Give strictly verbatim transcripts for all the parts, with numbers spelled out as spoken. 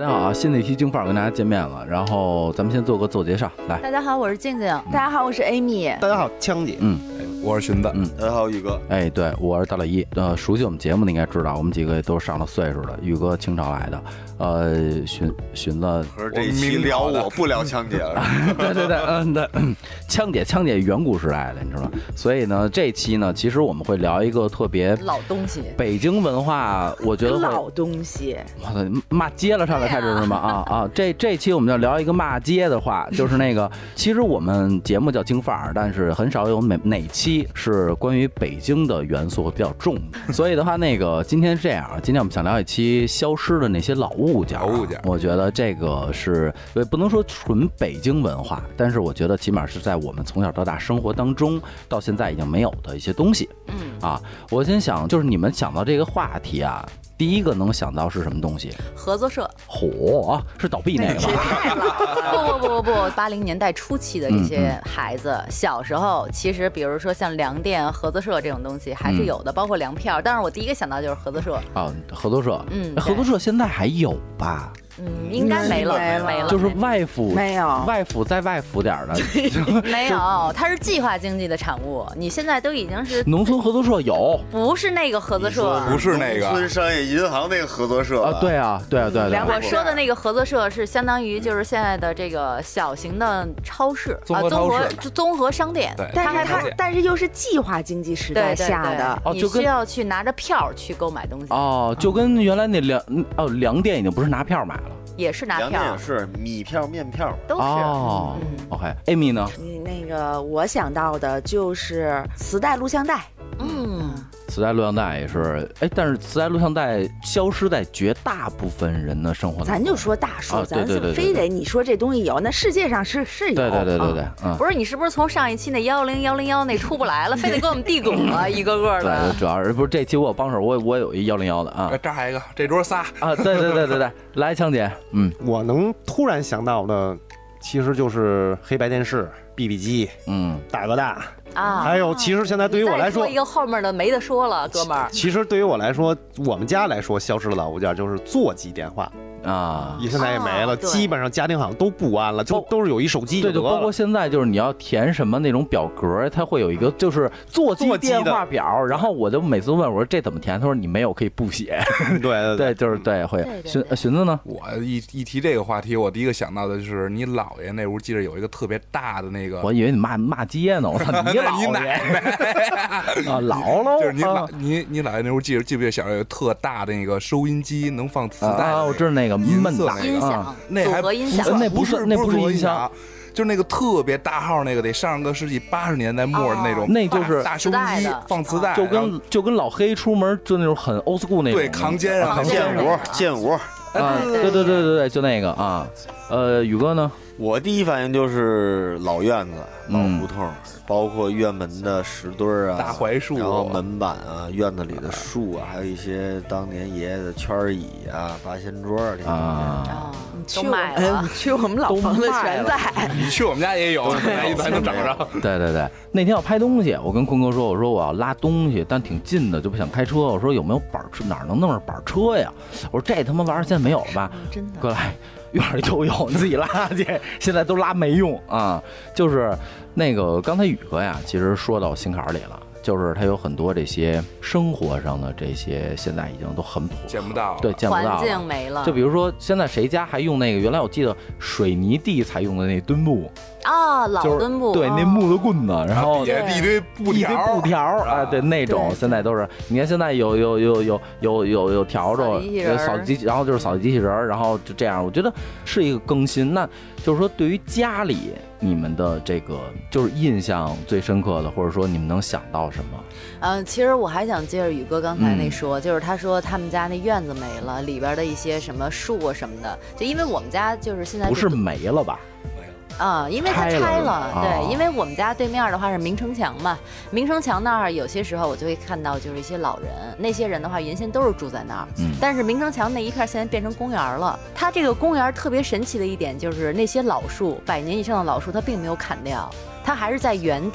家好啊！新的一期京范儿跟大家见面了，然后咱们先做个自我介绍，来。 大家好，我是静静。 大家好，我是 Amy。 大家好，枪姐。 嗯， 我是荀子。 嗯， 大家好，宇哥。 哎，对，我是大老一。呃，熟悉我们节目的应该知道，我们几个都是上了岁数的。宇哥清朝来的，呃，荀荀子。 可是这一期聊我不聊枪姐了。 对对对，嗯对，枪姐枪姐远古时代的，你知道吗？所以呢，这期呢，其实我们会聊一个特别老东西， 北京文化，我觉得老东西。 我操，骂街了上来开始是吗？啊啊，这这期我们要聊一个骂街的话，就是那个，其实我们节目叫京范儿，但是很少有哪哪期是关于北京的元素比较重的。所以的话，那个今天是这样，今天我们想聊一期消失的那些老物件。 老物件， 我觉得这个是不能说纯北京文化，但是我觉得起码是在我们从小到大生活当中，到现在已经没有的一些东西。嗯啊，我先想就是你们想到这个话题啊。第一个能想到是什么东西？ 合作社。 嚯、啊，是倒闭那个吗？ 太老了。 不不不不不，八零年代初期的这些孩子，嗯嗯、小时候其实比如说像粮店、合作社这种东西还是有的，嗯、包括粮票。但是我第一个想到就是合作社。 啊，合作社。 嗯， 合作社现在还有吧？ 嗯，应该没了， 没了， 没了。 就是外府没有， 外府再外府点的， 没有，它是计划经济的产物。你现在都已经是农村合作社有， 不是那个合作社， 不是那个农村商业银行那个合作社啊？对啊，对啊，对对。 我说的那个合作社是相当于就是现在的这个小型的超市啊，综合综合商店， 但是它但是又是计划经济时代下的， 你需要去拿着票去购买东西。 哦，就跟原来那粮哦粮店已经不是拿票买了。 也是拿票， 也是米票、面票， 都是。 哦、嗯、，OK，Amy 呢？ 你那个我想到的就是磁带、录像带。 嗯， 磁带、录像带也是，哎，但是磁带、录像带消失在绝大部分人的生活当中。 咱就说大数， 啊、 咱就非得你说这东西有，那世界上是是有。 对对对对对，嗯。 不是你是不是从上一期那幺零幺零幺那出不来了，非得给我们递滚了，一个个的。 对，主要是不是这期我有帮手，我我有一幺零幺的啊。 这还有一个，这桌仨啊，对对对对对，来，强姐，嗯， 我能突然想到的，其实就是黑白电视、B B 机，嗯，大哥大。 啊， 还有，其实现在对于我来说， 一个后面的没得说了，哥们儿。 其实对于我来说，我们家来说，消失的老物件就是座机电话啊， 现在也没了， 哦、 基本上家庭好像都不安了，就都是有一手机就得了。 对，就包括现在就是你要填什么那种表格，它会有一个就是座机电话表，然后我就每次问我说这怎么填，他说你没有可以不写。 对对对，就是对会。荀荀子呢？ 我一一提这个话题，我第一个想到的就是你姥爷那屋，记着有一个特别大的那个， 我以为你骂骂街呢，我操你姥爷。 你奶奶啊，姥姥就是你姥你你姥爷那屋记着记不记得小时候有特大的那个收音机，能放磁带啊？我知道那个闷大音响， 那还组合音响， 那不是那不是音响， 就是那个特别大号那个，得上个世纪八十年代末的那种， 那就是大收音机放磁带， 就跟就跟老黑出门就那种很 old school 那种， 对，扛肩上剑舞剑舞啊，对对对对对，就那个啊，呃，宇哥呢？ 我第一反应就是老院子、老胡同。包括院门的石墩儿啊， 大槐树， 然后门板啊，院子里的树啊，还有一些当年爷爷的圈椅啊、八仙桌啊这些啊， 都买了， 去我们老房子全在。 你去我们家也有，来一次还能找着。 对对对，那天要拍东西，我跟坤哥说，我说我要拉东西，但挺近的，就不想开车。我说有没有板车，哪能弄上板车呀？我说这他妈玩意儿现在没有了吧？ 真的， 过来。院里都有，你自己拉去，现在都拉没用啊。就是那个刚才宇哥呀，其实说到心坎里了，就是他有很多这些生活上的这些，现在已经都很普， 见不到了， 对，见不到了， 环境没了。 就比如说现在谁家还用那个，原来我记得水泥地才用的那墩布。 啊，老墩布， 对，那木头棍子，然后一堆布一堆布条啊，对，那种现在都是。你看现在有有有有有有有笤帚，扫地机，然后就是扫地机器人，然后就这样，我觉得是一个更新。那就是说，对于家里你们的这个就是印象最深刻的，或者说你们能想到什么？ 嗯，其实我还想接着宇哥刚才那说，嗯、就是他说他们家那院子没了，里边的一些什么树啊什么的，就因为我们家就是现在不是没了吧？ 啊、嗯，因为它拆了， 了对、 哦， 因为我们家对面的话是明城墙嘛，明城墙那儿有些时候我就会看到就是一些老人，那些人的话原先都是住在那儿，嗯，但是明城墙那一片现在变成公园了。它这个公园特别神奇的一点就是那些老树，百年以上的老树它并没有砍掉，它还是在原处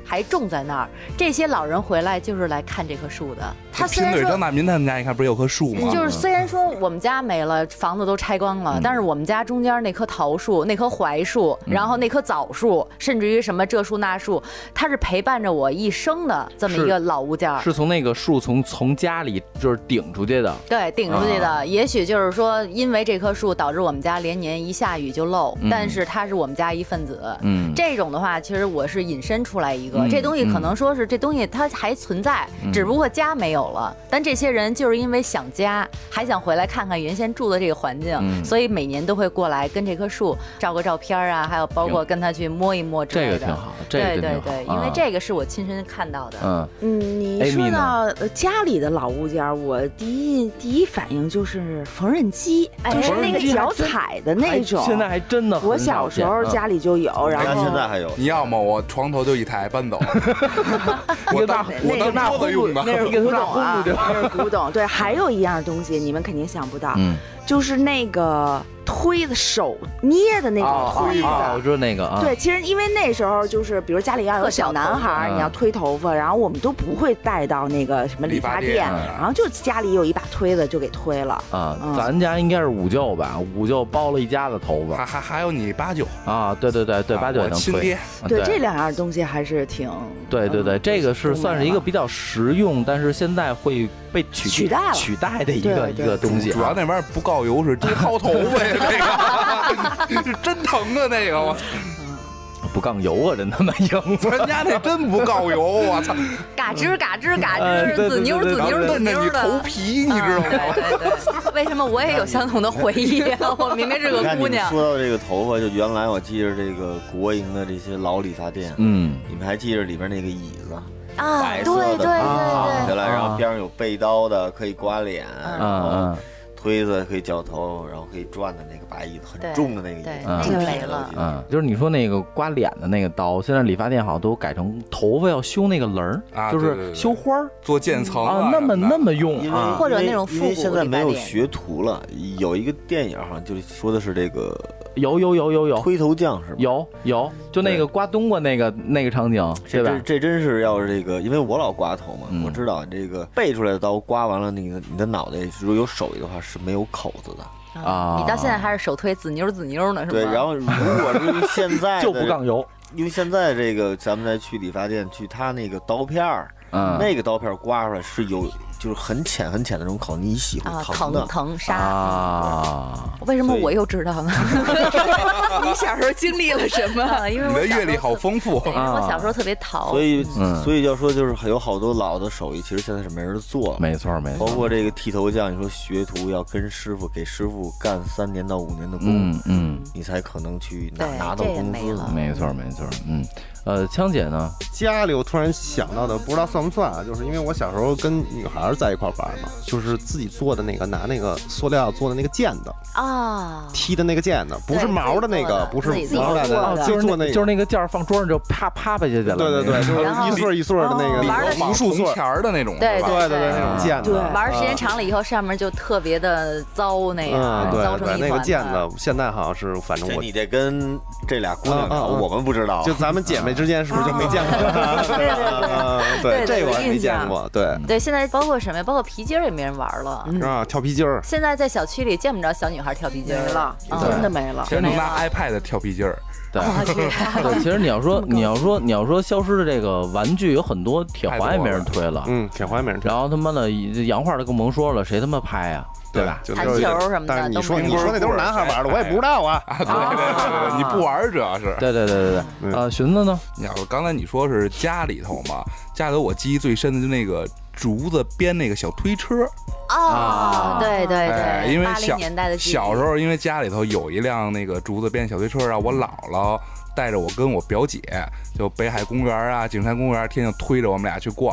还种在那儿。这些老人回来就是来看这棵树的。他虽然说贫嘴张大民他们家，你看不是有棵树吗？ 就是虽然说我们家没了，房子都拆光了，嗯、但是我们家中间那棵桃树、那棵槐树，然后那棵枣树，甚至于什么这树那树，它是陪伴着我一生的这么一个老物件。 是从那个树从从家里就是顶出去的。 对，顶出去的。啊、也许就是说，因为这棵树导致我们家连年一下雨就漏，嗯、但是它是我们家一份子。嗯，这种的话，其实我是引申出来一个，嗯、这东西可能说是、嗯、这东西它还存在，嗯、只不过家没有了。但这些人就是因为想家，还想回来看看原先住的这个环境，嗯、所以每年都会过来跟这棵树照个照片啊，还有包括跟他去摸一摸之类的。 这个挺好，这个对对对，因为这个是我亲身看到的。 嗯嗯，你说到家里的老物件，我第一第一反应就是缝纫机，就是那个脚踩的那种。 现在还真的很少见， 我小时候家里就有，嗯、然后现在还有。 你要么我床头就一台搬走，我当我当桌子用的， 那是古董啊，那是古董。对，还有一样东西你们肯定想不到，嗯、就是那个推的手捏的那种推的， 我知道那个啊。 对，其实因为那时候就是，比如家里要有小男孩，你要推头发，然后我们都不会带到那个什么理发店，然后就家里有一把推子就给推了。 啊，咱家应该是五舅吧，五舅包了一家的头发， 还还还有你八舅啊，对对对对，八舅也能推。 对，这两样东西还是挺。 对对对，这个是算是一个比较实用，但是现在会被取取代了取代的一个一个东西。 主要那玩意儿不告油是真薅头发呀。那个是真疼啊！那个我操， 不杠油啊，真他妈硬！ 咱家那真不告油，我操， 嘎吱嘎吱嘎吱，紫妞紫妞紫妞的头皮，你知道吗？ 对对对，为什么我也有相同的回忆？我明明是个姑娘。 说到这个头发，就原来我记着这个国营的这些老理发店，嗯，你们还记着里边那个椅子？ 啊， 白色的，躺下来，然后边上有背刀的，可以刮脸，然后推子可以绞头，然后可以转的那个白椅子，很重的那个椅子， 那个没了。 嗯，就是你说那个刮脸的那个刀，现在理发店好像都改成头发要修那个棱儿，啊，就是修花儿、 做渐层啊，那么那么用啊， 或者那种复古。 因为现在没有学徒了，有一个电影好像就说的是这个。 有有有有有推头匠是吧？ 有有，就那个刮冬瓜那个那个场景，对吧？ 这真是要是这个，因为我老刮头嘛，嗯、我知道这个背出来的刀刮完了，那个你的脑袋如果有手艺的话是没有口子的啊。你到现在还是手推紫妞紫妞呢，是吧？ 对，然后如果是现在就不杠油， 因为现在这个咱们再去理发店去他那个刀片儿，嗯，那个刀片刮出来是有。就是很浅很浅的那种口，你一洗会疼的， 疼疼沙啊！ 为什么我又知道呢？你小时候经历了什么？因为你的阅历好丰富。 我小时候特别淘， 所以所以要说就是有好多老的手艺，其实现在是没人做。 没错没错。 包括这个剃头匠，你说学徒要跟师傅给师傅干三年到五年的工， 嗯嗯， 你才可能去拿拿到工资。 没错没错，嗯。呃，枪姐呢？ 家里我突然想到的，不知道算不算啊？就是因为我小时候跟女孩在一块玩嘛，就是自己做的那个拿那个塑料做的那个毽子啊，踢的那个毽子，不是毛的那个，不是毛的，就做那个， 就是那个件放桌上就啪啪啪下去了。 对对对，就是一穗一穗的那个，无数穗钱的那种， 对对对对，那种毽子。 玩时间长了以后，上面就特别的糟那样，糟成一团。 那个毽子现在好像是，反正我你得跟这俩姑娘聊，我们不知道， 就咱们姐妹之间是不是就没见过？ 对对对，这我没见过。对对，现在包括什么呀？包括皮筋也没人玩了， 是吧？跳皮筋儿。 现在在小区里见不着小女孩跳皮筋了，真的没了。 其实能拿 iPad 跳皮筋儿。 对，对，其实你要说你要说你要说消失的这个玩具有很多，铁环也没人推了， 嗯，铁环也没人推。 然后他妈的洋画都更甭说了，谁他妈拍呀？对吧？ 弹球什么的， 但是你说你说那都是男孩玩的，我也不知道啊。 对对对，你不玩主要是。 对对对对对。呃，荀子呢？ 你要刚才你说是家里头嘛，家里头我记忆最深的就那个竹子编那个小推车。 啊，对对对， 因为小小时候，因为家里头有一辆那个竹子编小推车，让我姥姥带着我跟我表姐，就北海公园啊、景山公园，天天推着我们俩去逛。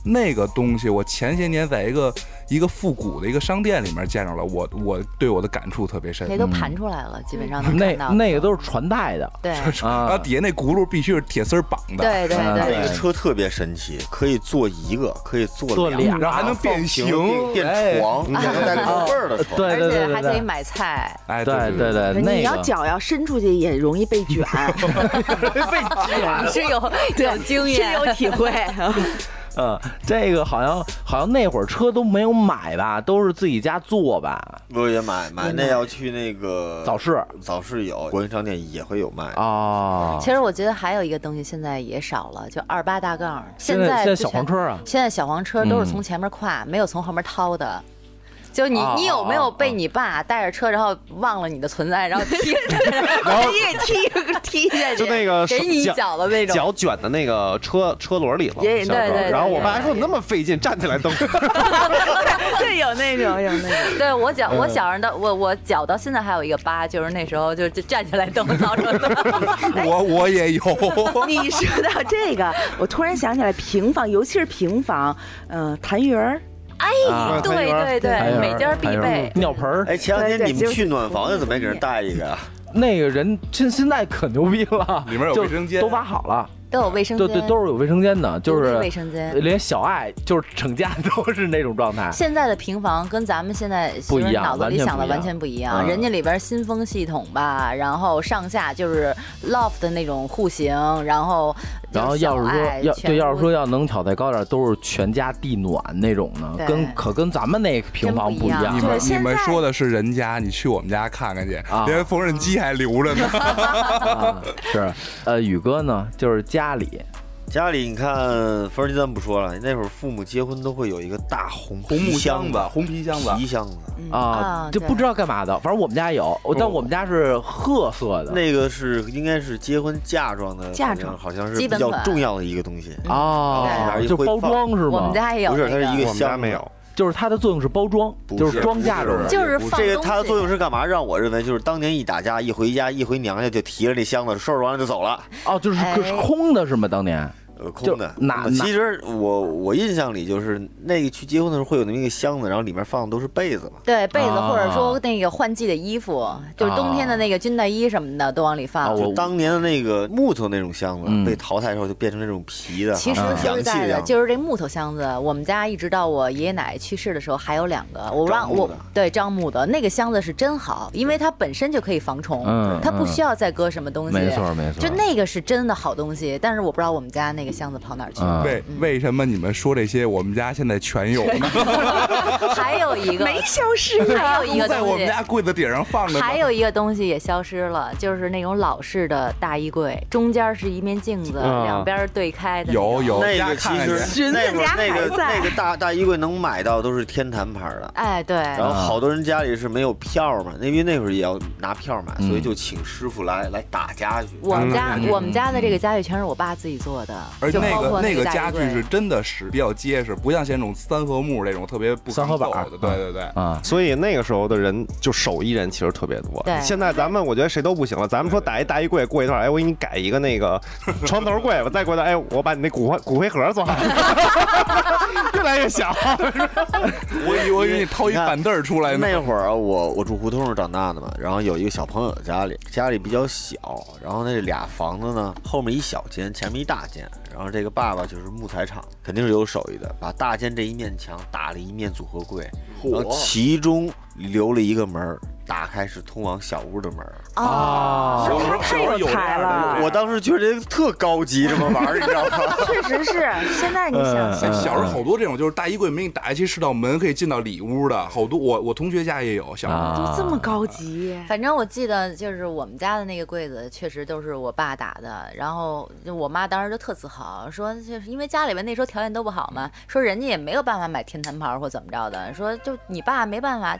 那个东西我前些年在一个一个复古的一个商店里面见着了，我我对我的感触特别深。 那都盘出来了，基本上能那看到那个都是传带的， 对， 然后底下那轱辘必须是铁丝绑的， 对对对。 那个车特别神奇，可以坐一个，可以坐坐两个， 然后还能变形、 变床，还能带后背儿的床， 对对对， 而且还可以买菜。 哎， 对对对， 你要脚要伸出去也容易被卷， 被卷是有有经验， 深有体会。 嗯，这个好像好像那会儿车都没有买吧，都是自己家做吧。 不也买买那要去那个早市， 早市有国营商店也会有卖啊。 其实我觉得还有一个东西现在也少了，就二八大杠。 现在现在小黄车啊， 现在小黄车都是从前面跨，没有从后面掏的。就你，你有没有被你爸带着车，然后忘了你的存在，然后踢，然后踢踢下去， 就那个给你一脚的那种， 脚卷的那个车车轮里了。 对对对。 然后我爸还说你那么费劲，站起来蹬。 对，有那种，有那种。 对我脚，我脚上的我我脚到现在还有一个疤，就是那时候就就站起来蹬造成的。 我我也有。 你说到这个，我突然想起来平房，尤其是平房，嗯、呃，痰盂儿。 哎， 啊、 对对对，每家必备尿盆儿。 哎，前两天你们去暖房的怎么没给人带一个呀？ 那个人现现在可牛逼了， 里面有卫生间， 都挖好了。 都有卫生间， 对对，都是有卫生间的，就是卫生间， 连小爱就是请假都是那种状态。 现在的平房跟咱们现在不一样， 脑子里想的完全不一样。人家里边新风系统吧，然后上下就是 loft 的那种户型，然后然后要是说要对，要是说要能挑再高点，都是全家地暖那种的，跟可跟咱们那平房不一样。 你们你们说的是人家，你去我们家看看去，连缝纫机还留着呢。 啊、是，呃，宇哥呢，就是家里。 家里你看，缝纫机咱不说了，那会儿父母结婚都会有一个大红红木箱子、红皮箱子、 皮箱子啊，就不知道干嘛的，反正我们家有，但我们家是褐色的。 那个是应该是结婚嫁妆的， 嫁妆好像是比较重要的一个东西啊，就包装是吗？ 我们家也有， 不是，它是一个箱， 没有。 就是它的作用是包装，就是装嫁妆， 就是放这个它的作用是干嘛？让我认为就是当年一打架一回家一回娘家就提着那箱子收拾完了就走了。 哦，就是是空的是吗？当年。 呃，空的。 哪？ 其实我我印象里就是那个去结婚的时候会有那么一个箱子，然后里面放的都是被子嘛。 对，被子或者说那个换季的衣服，啊、就是冬天的那个军大衣什么的都往里放。 啊、就当年的那个木头那种箱子、嗯、被淘汰之后就变成那种皮的。 其实说实在的，就是这木头箱子，我们家一直到我爷爷奶奶去世的时候还有两个，我让我对樟木的那个箱子是真好，因为它本身就可以防虫， 嗯、 它不需要再搁什么东西。 没错没错， 就那个是真的好东西，但是我不知道我们家那个箱子跑哪儿去了。 为为什么你们说这些，我们家现在全有呢？ 还有一个没消失， 还有一个在我们家柜子顶上放着。 还有一个东西也消失了，就是那种老式的大衣柜，中间是一面镜子，嗯、两边对开的。 有有， 那个其实那会儿那个那个大大衣柜能买到都是天坛牌的。 哎，对。 然后好多人家里是没有票嘛，因为那会儿也要拿票买，所以就请师傅来来打家具。 我们家我们家的这个家具全是我爸自己做的， 而且那个那个家具。是真的实，比较结实，不像现在这种三合木这种特别不三合板的。对对对啊，所以那个时候的人就手艺人其实特别多。 对， 现在咱们我觉得谁都不行了。咱们说打一大衣柜，过一段，哎，我给你改一个那个床头柜，我再过一段，哎，我把你那骨灰骨灰盒做好，越来越小。 我以为你掏一板凳出来呢。 那会儿我我住胡同长大的嘛，然后有一个小朋友家里，家里比较小，然后那俩房子呢，后面一小间，前面一大间。然后这个爸爸就是木材厂，肯定是有手艺的，把大间这一面墙打了一面组合柜，然后其中留了一个门，打开是通往小屋的门。 哦，他太有才了！ 我当时觉得这个特高级，这么玩你知道吗？ 确实是，现在你想想， 小时候好多这种，就是大衣柜没给你打开，其实是道门可以进到里屋的，好多我我同学家也有，小时候都这么高级。 反正我记得就是我们家的那个柜子，确实都是我爸打的，然后就我妈当时就特自豪，说就是因为家里边那时候条件都不好嘛，说人家也没有办法买天坛牌或怎么着的，说就你爸没办法就。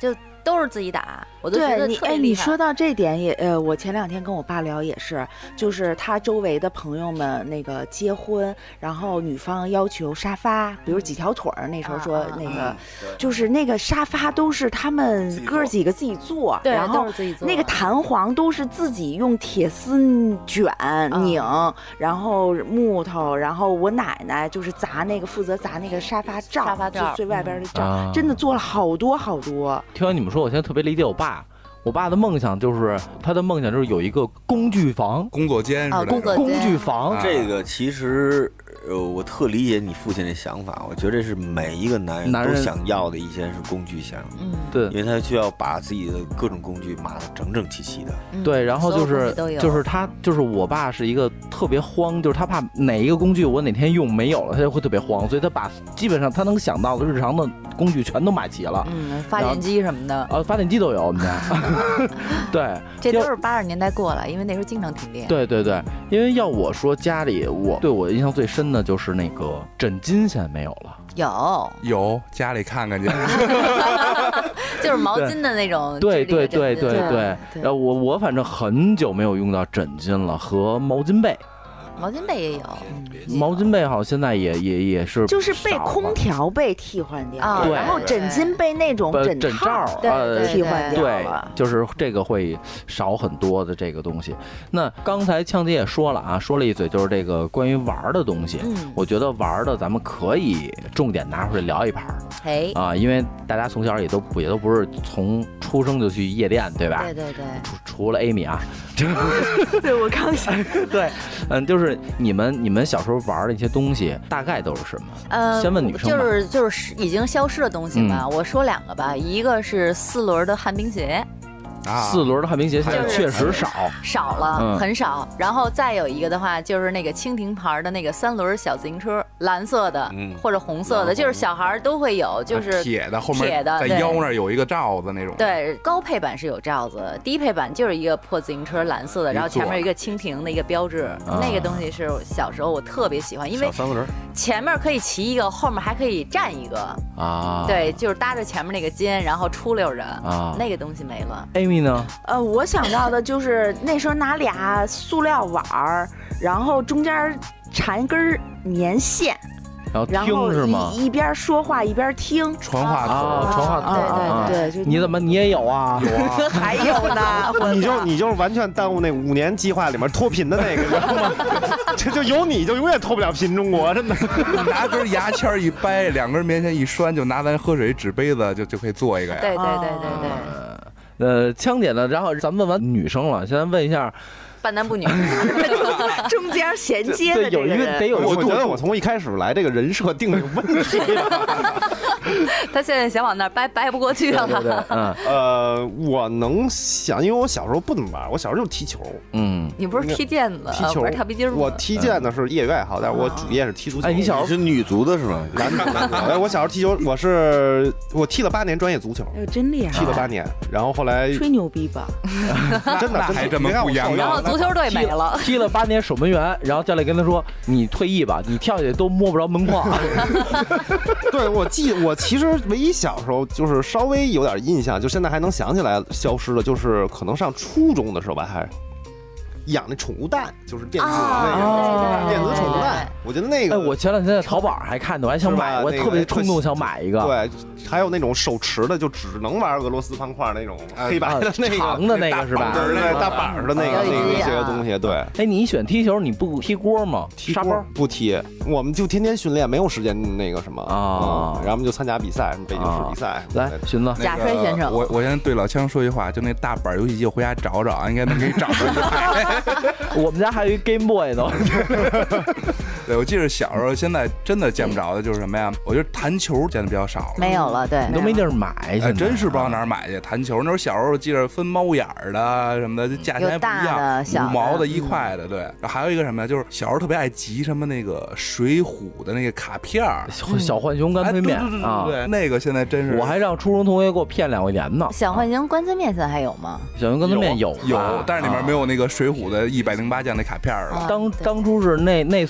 都是自己打，我都觉得对你哎， 特别厉害。 你说到这点也呃，我前两天跟我爸聊也是，就是他周围的朋友们那个结婚，然后女方要求沙发，比如几条腿儿，那时候说那个、 啊就是那个沙发都是他们哥几个自己做， 对， 然后都是自己做那个弹簧都是自己用铁丝卷拧、 嗯， 然后木头，然后我奶奶就是砸那个负责砸那个沙发罩， 沙发罩就最外边的罩、 啊真的做了好多好多。 听完你们说，我现在特别理解我爸。我爸的梦想就是他的梦想就是有一个工具房、 工作间啊是工作间工具房。 啊这个其实，呃，我特理解你父亲的想法，我觉得这是每一个男人男人都想要的一件是工具箱， 嗯， 对因为他需要把自己的各种工具码得整整齐齐的。 嗯对，然后就所有东是西都有就是他就是我爸是一个特别慌，就是他怕哪一个工具我哪天用没有了，他就会特别慌，所以他把基本上他能想到的日常的工具全都买齐了。 嗯，发电机什么的， 啊，发电机都有我们家。对， 这都是八十年代过来，因为那时候经常停电。 对对对，因为要我说家里我对我印象最深的就是那个枕巾，现在没有了。 有， 有家里看看去。 就是毛巾的那种。 对对对对对对，然后我我反正很久没有用到枕巾了，和毛巾被。 毛巾被也有， 毛巾被好像现在也也也是就是被少了空调被替换掉啊了， 对然后枕巾被那种呃枕枕罩套呃替换掉对了。， 就是这个会少很多的这个东西。那刚才枪姐也说了啊，说了一嘴，就是这个关于玩的东西。 嗯， 我觉得玩的咱们可以重点拿出来聊一盘嘿， 啊，因为大家从小也都不也都不是从出生就去夜店，对吧？ 对对对， 除除了 Amy 啊， 对，我刚想， 对，嗯，就是你们你们小时候玩的一些东西，大概都是什么？ 呃， 先问女生吧就是就是已经消失的东西吧，我说两个吧，一个是四轮的旱冰鞋， 啊， 四轮的旱冰鞋现在就是确实少。 少了， 嗯很少。然后再有一个的话，就是那个蜻蜓牌的那个三轮小自行车，蓝色的、 嗯或者红色的，就是小孩儿都会有，就是铁的，后面在铁的对腰那儿有一个罩子那种。 对，高配版是有罩子，低配版就是一个破自行车，蓝色的，然后前面有一个蜻蜓的一个标志， 啊那个东西是小时候我特别喜欢，因为小三轮， 前面可以骑一个，后面还可以站一个， 啊， 对，就是搭着前面那个肩，然后出溜着， 啊那个东西没了。 ，Amy 呢？ 呃，我想到的就是那时候拿俩塑料碗儿，然后中间缠一根棉线， 然后然后听是吗？ 一一边说话一边听。 传话筒， 啊，传话筒对对啊， 对对，就你怎么你也有啊？ 有啊， 还有呢？我你就你就是完全耽误那五年计划里面脱贫的那个，你知道吗？这就有你就永远脱不了贫，中国真的。 拿根牙签一掰，两根棉线一拴，就拿咱喝水纸杯子就就可以做一个呀。 对对对对对， 呃，枪姐呢？然后咱们问完女生了，现在问一下， 半男不女。 中间衔接对， 的这个有一个得人， 有一个我觉得我从一开始来这个人设定的有问题。 他现在想往那儿掰，掰不过去对对对了。， 嗯呃，我能想，因为我小时候不怎么玩，我小时候就是踢球， 嗯。 你不是踢毽子， 踢球玩跳皮筋儿吗？ 我踢毽子是业余爱好，但是我主业是踢足球。 哎你小时候你是女足的是吗？ 男男男，哎，我小时候踢球，我是我踢了八年专业足球， 哎呦，真厉害踢！了八年，然后后来吹牛逼吧？ 真的那还这么你看我不阳刚然后足球队没踢了。 踢了八年守门员，然后教练跟他说：“你退役吧，你跳下去都摸不着门框。 对，我记我其实唯一小时候就是稍微有点印象，就现在还能想起来消失了，就是可能上初中的时候吧，还养那宠物蛋，就是电子的那个、 啊电子宠物蛋，我觉得那”个哎，我前两天在淘宝上还看到，我还想买，我是吧那个特别冲动想买一个。 对，还有那种手持的，就只能玩俄罗斯方块那种啊黑白的那个长的那个是吧？ 对对对，大板儿的那个游戏机那个那些个啊东西，对。 哎，你选踢球你不踢锅吗？ 踢锅沙包不踢，我们就天天训练，没有时间那个什么啊嗯然后我们就参加比赛，什么北京市比赛。 来，荀子， 假摔选手我我先对老枪说句话，就那大板游戏机，我回家找找，应该能给找着一台。 我们家还有一 Game Boy 呢。 对，我记得小时候，现在真的见不着的就是什么呀？我觉得弹球见的比较少了。 没有了，对你，都没地儿买， 哎， 现在真是不知道哪儿买去弹球。那时候小时候记得分猫眼儿的什么的，价钱还不一有大的小样， 的五毛的、一块的，对。然后还有一个什么呀？就是小时候特别爱集什么那个水浒的那个卡片儿， 小浣熊干哎， 脆面对对对啊对，对，那个现在真是我还让初中同学给我骗两块钱呢。 小浣熊关脆面现在还有吗？ 小熊干脆面有有吧， 但是里面没有。 有那个水浒的一百零八将那卡片儿了。 啊当对当初是那那孙子手里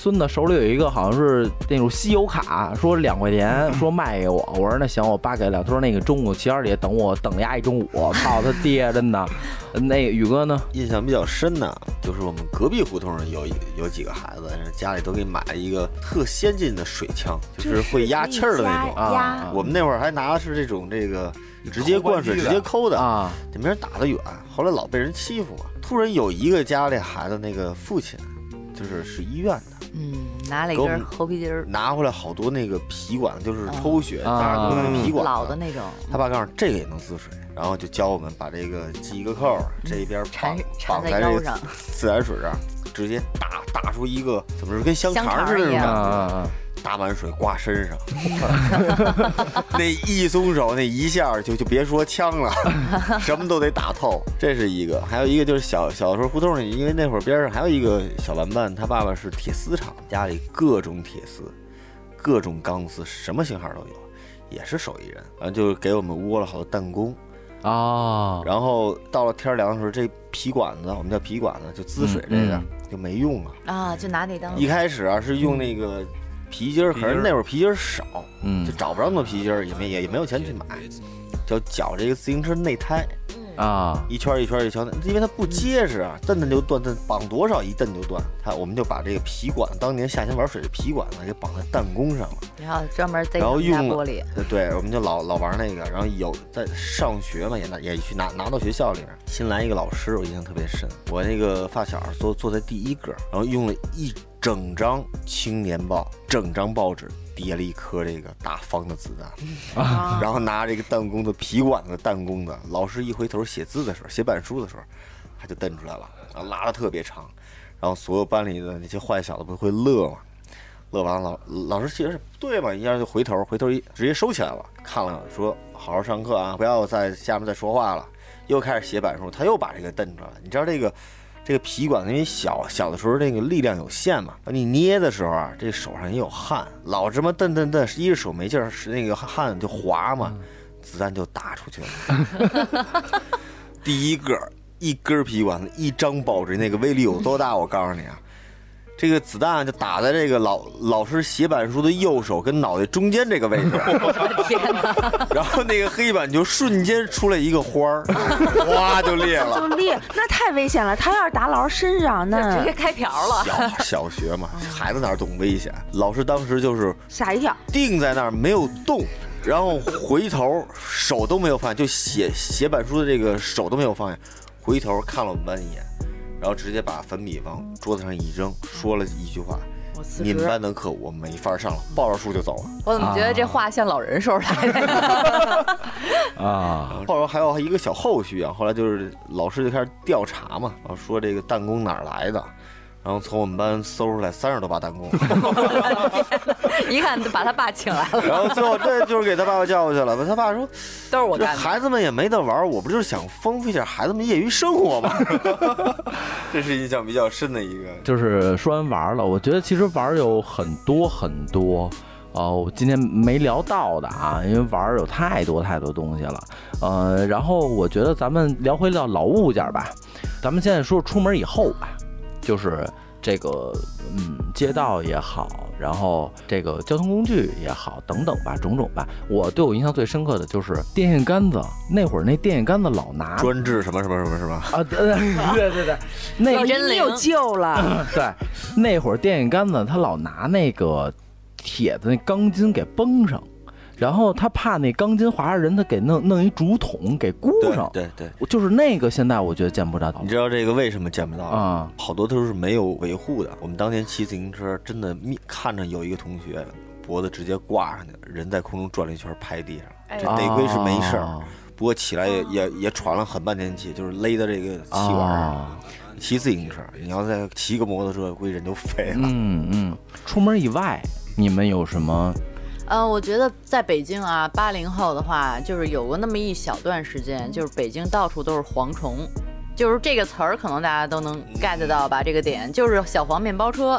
里有一个好像是那种稀有卡，说两块钱，说卖给我。我说那行，我爸给了。他说那个中午七点里等我，等丫一中午。操他爹，真的。那个宇哥呢？ 印象比较深的，就是我们隔壁胡同有有几个孩子，家里都给买了一个特先进的水枪，就是会压气儿的那种啊。我们那会儿还拿的是这种这个直接灌水、直接抠的啊，这没人打得远。后来老被人欺负嘛。突然有一个家里孩子那个父亲，就是是医院的。 嗯，拿了一根猴皮筋儿， 拿回来好多那个皮管，就是抽血加上那个皮管， 老的那种。 他爸告诉这个也能滋水，然后就教我们把这个系一个扣，这一边绑绑在这个自来水上，直接打打出一个怎么说跟香肠似的那种感觉。大满水挂身上，那一松手，那一下就就别说枪了，什么都得打透。这是一个，还有一个就是小小时候胡同里，因为那会儿边上还有一个小玩伴，他爸爸是铁丝厂，家里各种铁丝、各种钢丝，什么型号都有，也是手艺人。然后就给我们窝了好多弹弓啊、哦。 然后到了天凉的时候，这皮管子，我们叫皮管子，就滋水这个、嗯嗯、就没用啊啊，就拿那当。 一开始啊是用那个。皮筋儿，可是那会儿皮筋儿少，嗯，就找不着那么皮筋儿，也没也也没有钱去买，就绞这个自行车内胎， 啊， 一圈一圈一圈的，因为它不结实啊，蹬蹬就断，蹬绑多少一蹬就断。它我们就把这个皮管，当年夏天玩水的皮管呢，给绑在弹弓上了， 然后专门然后用玻璃， 对，我们就老老玩那个，然后有在上学嘛，也拿也去拿拿到学校里面，新来一个老师，我印象特别深，我那个发小坐坐在第一个，然后用了一整张青年报，整张报纸叠了一颗这个大方的子弹，啊、然后拿这个弹弓的皮管子弹弓的，老师一回头写字的时候，写板书的时候，他就蹬出来了，然后拉得特别长，然后所有班里的那些坏小子不会乐嘛，乐完了老老师其实是不对嘛，一下就回头回头一直接收起来了，看了说好好上课啊，不要在下面再说话了，又开始写板书，他又把这个蹬出来了，你知道这个。这个皮管因为小小的时候这个力量有限嘛，你捏的时候啊，这手上也有汗，老这么蹬蹬蹬，一只手没劲儿，是那个汗就滑嘛，子弹就打出去了。第一个一根皮管子，一张报纸，那个威力有多大？我告诉你啊，这个子弹就打在这个老老师写板书的右手跟脑袋中间这个位置， 天哪！ 然后那个黑板就瞬间出来一个花儿，哗就裂了， 就裂，那太危险了。他要是打老师身上，那直接开瓢了。 小小学嘛，孩子哪懂危险？老师当时就是吓一跳， 定在那儿没有动，然后回头手都没有放下，就写写板书的这个手都没有放下，回头看了我们班一眼。然后直接把粉笔往桌子上一扔，说了一句话：“你们班的课我没法上了。”抱着书就走了。 我怎么觉得这话像老人说出来的？ 啊！ 后来还有一个小后续啊，后来就是老师就开始调查嘛，然后说这个弹弓哪儿来的。然后从我们班搜出来三十多把弹弓， 一看就把他爸请来了。 然后最后这就是给他爸爸叫过去了。他爸说：“ 都是我干的。” 孩子们也没得玩，我不就是想丰富一下孩子们业余生活吗？这是印象比较深的一个。 就是说完玩了，我觉得其实玩有很多很多。哦，我今天没聊到的啊，因为玩有太多太多东西了。呃，然后我觉得咱们聊回到老物件吧，咱们现在说出门以后吧。就是这个，嗯，街道也好，然后这个交通工具也好，等等吧，种种吧。我对我印象最深刻的就是电线杆子，那会儿那电线杆子老拿专治什么什么什么是吧？ 啊，对对对对，那真有救了。 对，那会儿电线杆子他老拿那个铁的那钢筋给绷上。然后他怕那钢筋划着人，他给弄弄一竹筒给箍上。 对对对， 就是那个现在我觉得见不着。 你知道这个为什么见不到啊、嗯？ 好多都是没有维护的。我们当年骑自行车，真的看着有一个同学脖子直接挂上去，人在空中转了一圈拍地上，这得亏是没事儿、哦。不过起来也也也喘了很半天气，就是勒到这个气管上。哦，骑自行车，你要再骑个摩托车，估计人就废了。 嗯嗯。出门以外，你们有什么？ 呃，我觉得在北京啊，八零后的话，就是有过那么一小段时间，就是北京到处都是蝗虫，就是这个词儿，可能大家都能 get 到吧？这个点就是小黄面包车，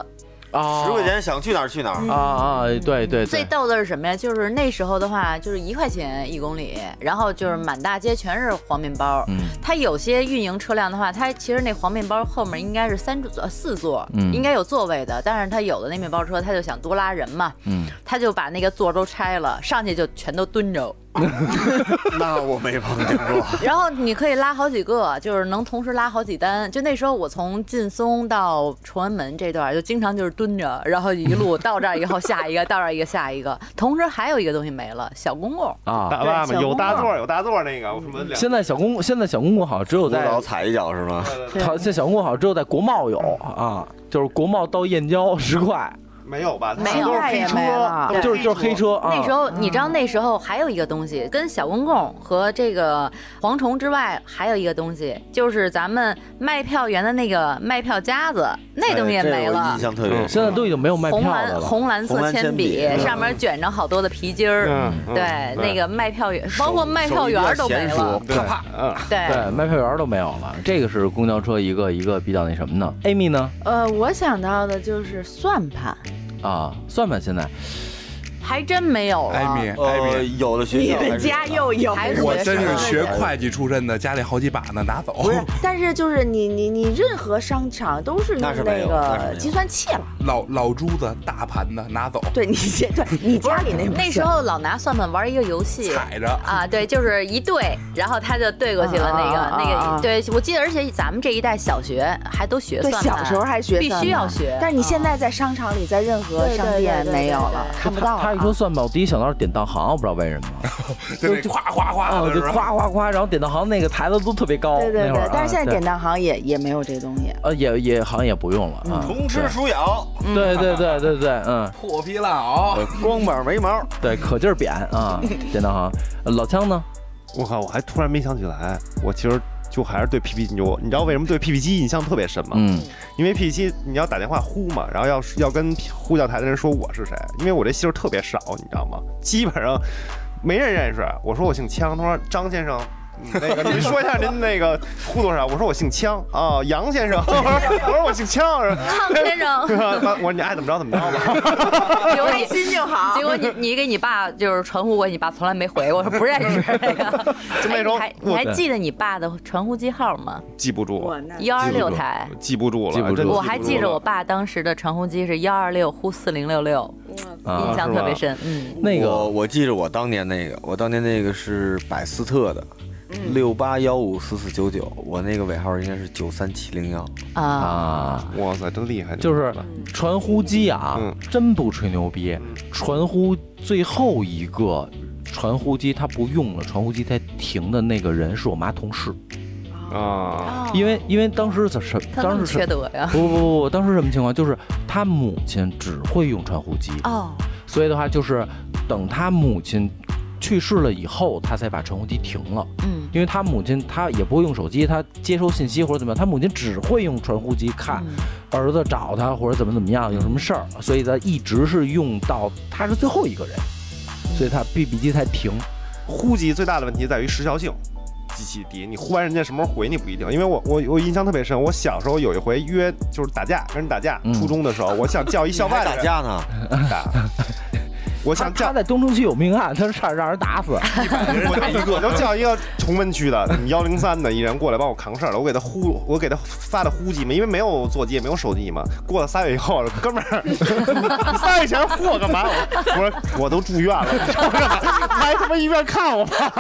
啊， 十块钱想去哪儿去哪儿啊啊！对对， 最逗的是什么呀？就是那时候的话，就是一块钱一公里，然后就是满大街全是黄面包。嗯，它有些运营车辆的话，它其实那黄面包后面应该是三座、四座，嗯，应该有座位的。但是它有的那面包车，他就想多拉人嘛，嗯，他就把那个座都拆了，上去就全都蹲着。 那我没碰见过。 然后你可以拉好几个，就是能同时拉好几单。就那时候我从劲松到崇文门这段，就经常就是蹲着，然后一路到这儿以后下一个，到这儿一个下一个。同时还有一个东西没了，小公共啊， 大妈妈有大座有大座那个什么。 现在小公现在小公共好像只有在老踩一脚是吗？ 好，现在小公共好像只有在国贸有啊，就是国贸到燕郊十块。 没有吧？ 没有， 都是黑车， 就是就是黑车。 那时候你知道，那时候还有一个东西，跟小公共和这个蝗虫之外，还有一个东西，就是咱们卖票员的那个卖票夹子，那东西也没了。 印象特别深。 现在都已经没有卖票的了。 红蓝色铅笔上面卷着好多的皮筋儿，对，那个卖票员，包括卖票员都没了， 可怕。对对，卖票员都没有了。这个是公交车一个一个比较那什么的。Amy 呢？ 呃，我想到的就是算盘。 啊，算盘现在还真没有了。 艾米，艾米， 有的学校你们家又有， 我真是学会计出身的，家里好几把呢，拿走。 不是，但是就是你你你任何商场都是用那个计算器了。 老老珠子大盘的拿走。 对你对，你家里那那时候老拿算盘玩一个游戏， 踩着啊，对，就是一对，然后他就对过去了。那个那个，对我记得，而且咱们这一代小学还都学算盘， 小时候还学， 必须要学。 但是你现在在商场里，在任何商店没有了，看不到。 他一说算盘，我第一想到是典当行，我不知道为什么， 就就夸夸夸的， 就夸夸夸，然后典当行那个台子都特别高。 对对对，但是现在典当行也也没有这东西。 呃，也也好像也不用了啊。 虫吃鼠咬。 对对对对对，嗯。 破皮烂袄， 光板没毛。 对，可劲儿扁啊！典当行，老枪呢？ 我靠，我还突然没想起来，我其实就还是对 P P 机，你知道为什么对 P P 机印象特别深吗？嗯，因为 P P 机你要打电话呼嘛，然后要要跟呼叫台的人说我是谁，因为我这姓儿特别少，你知道吗？基本上没人认识。我说我姓枪，他说张先生。那个，您说一下您那个呼多少？我说我姓枪啊，杨先生。我说我姓枪， 康先生。 我说你爱怎么着怎么着吧， 开心就好。 结果你你给你爸就是传呼过，你爸从来没回我，说不认识那个。 就那种， 还你还记得你爸的传呼机号吗？ 记不住， 幺二六台， 记不住了， 记不住。 我还记着我爸当时的传呼机是幺二六呼四零六六，印象特别深。嗯， 那个我我记着我当年那个，我当年那个是百思特的。六八幺五四四九九，我那个尾号应该是九三七零幺啊！ 哇塞，真厉害！ 就是传呼机啊，嗯、真不吹牛逼，传呼最后一个传呼机它不用了，传呼机才停的那个人是我妈同事啊，因为因为当时怎什当时缺德呀？ 不不不不，当时什么情况？就是他母亲只会用传呼机哦，所以的话就是等他母亲去世了以后，他才把传呼机停了。嗯，因为他母亲他也不会用手机，他接收信息或者怎么样，他母亲只会用传呼机看儿子找他或者怎么怎么样有什么事儿，所以他一直是用到他是最后一个人，所以他 B B 机才停。 呼机最大的问题在于时效性，机器低，你呼完人家什么时候回你不一定。因为我我我印象特别深，我小时候有一回约就是打架，跟人打架，嗯、初中的时候，我想叫一校外的人打架呢， 打。我想叫他在东城区有命案，他是差点让人打死。 我就叫一个崇文区的幺零三的一人过来帮我扛事儿了。我给他呼，我给他发的呼机嘛，因为没有座机也没有手机嘛。过了仨月以后，哥们儿，仨月前呼我干嘛？我说我都住院了，来他妈医院看我吧。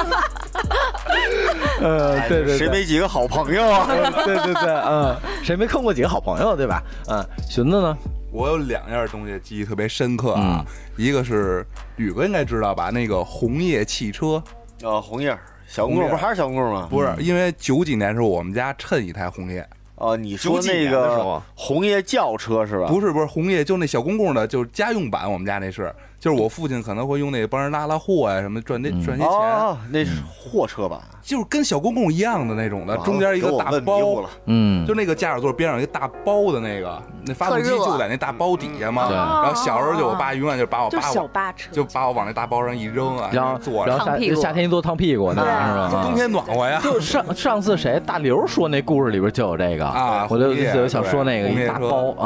呃，对对， 谁没几个好朋友啊？ 对对对，嗯，谁没坑过几个好朋友，对吧？嗯，荀子呢？ 我有两样东西记忆特别深刻啊，嗯、一个是宇哥应该知道吧，那个红叶汽车， 呃、哦，红叶小公共不还是小公共吗？ 不是，因为九几年时候我们家趁一台红叶。 哦，你说那个红叶轿车是吧？ 不是不是，红叶就那小公共的，就是家用版。我们家那是，就是我父亲可能会用那个帮人拉拉货呀、啊，什么赚那赚些钱。 哦，那是货车吧？ 就是跟小公共一样的那种的，中间一个大包， 嗯， 就那个驾驶座边上一个大包的那个，那发动机就在那大包底下嘛。然后小时候就我爸永远就把我把我小巴车就把我往那大包上一扔啊， 然后坐然后夏夏天一坐烫屁股，那是吧？ 冬天暖和呀。 就上上次谁大刘说那故事里边就有这个啊，我就就想说那个一大包啊。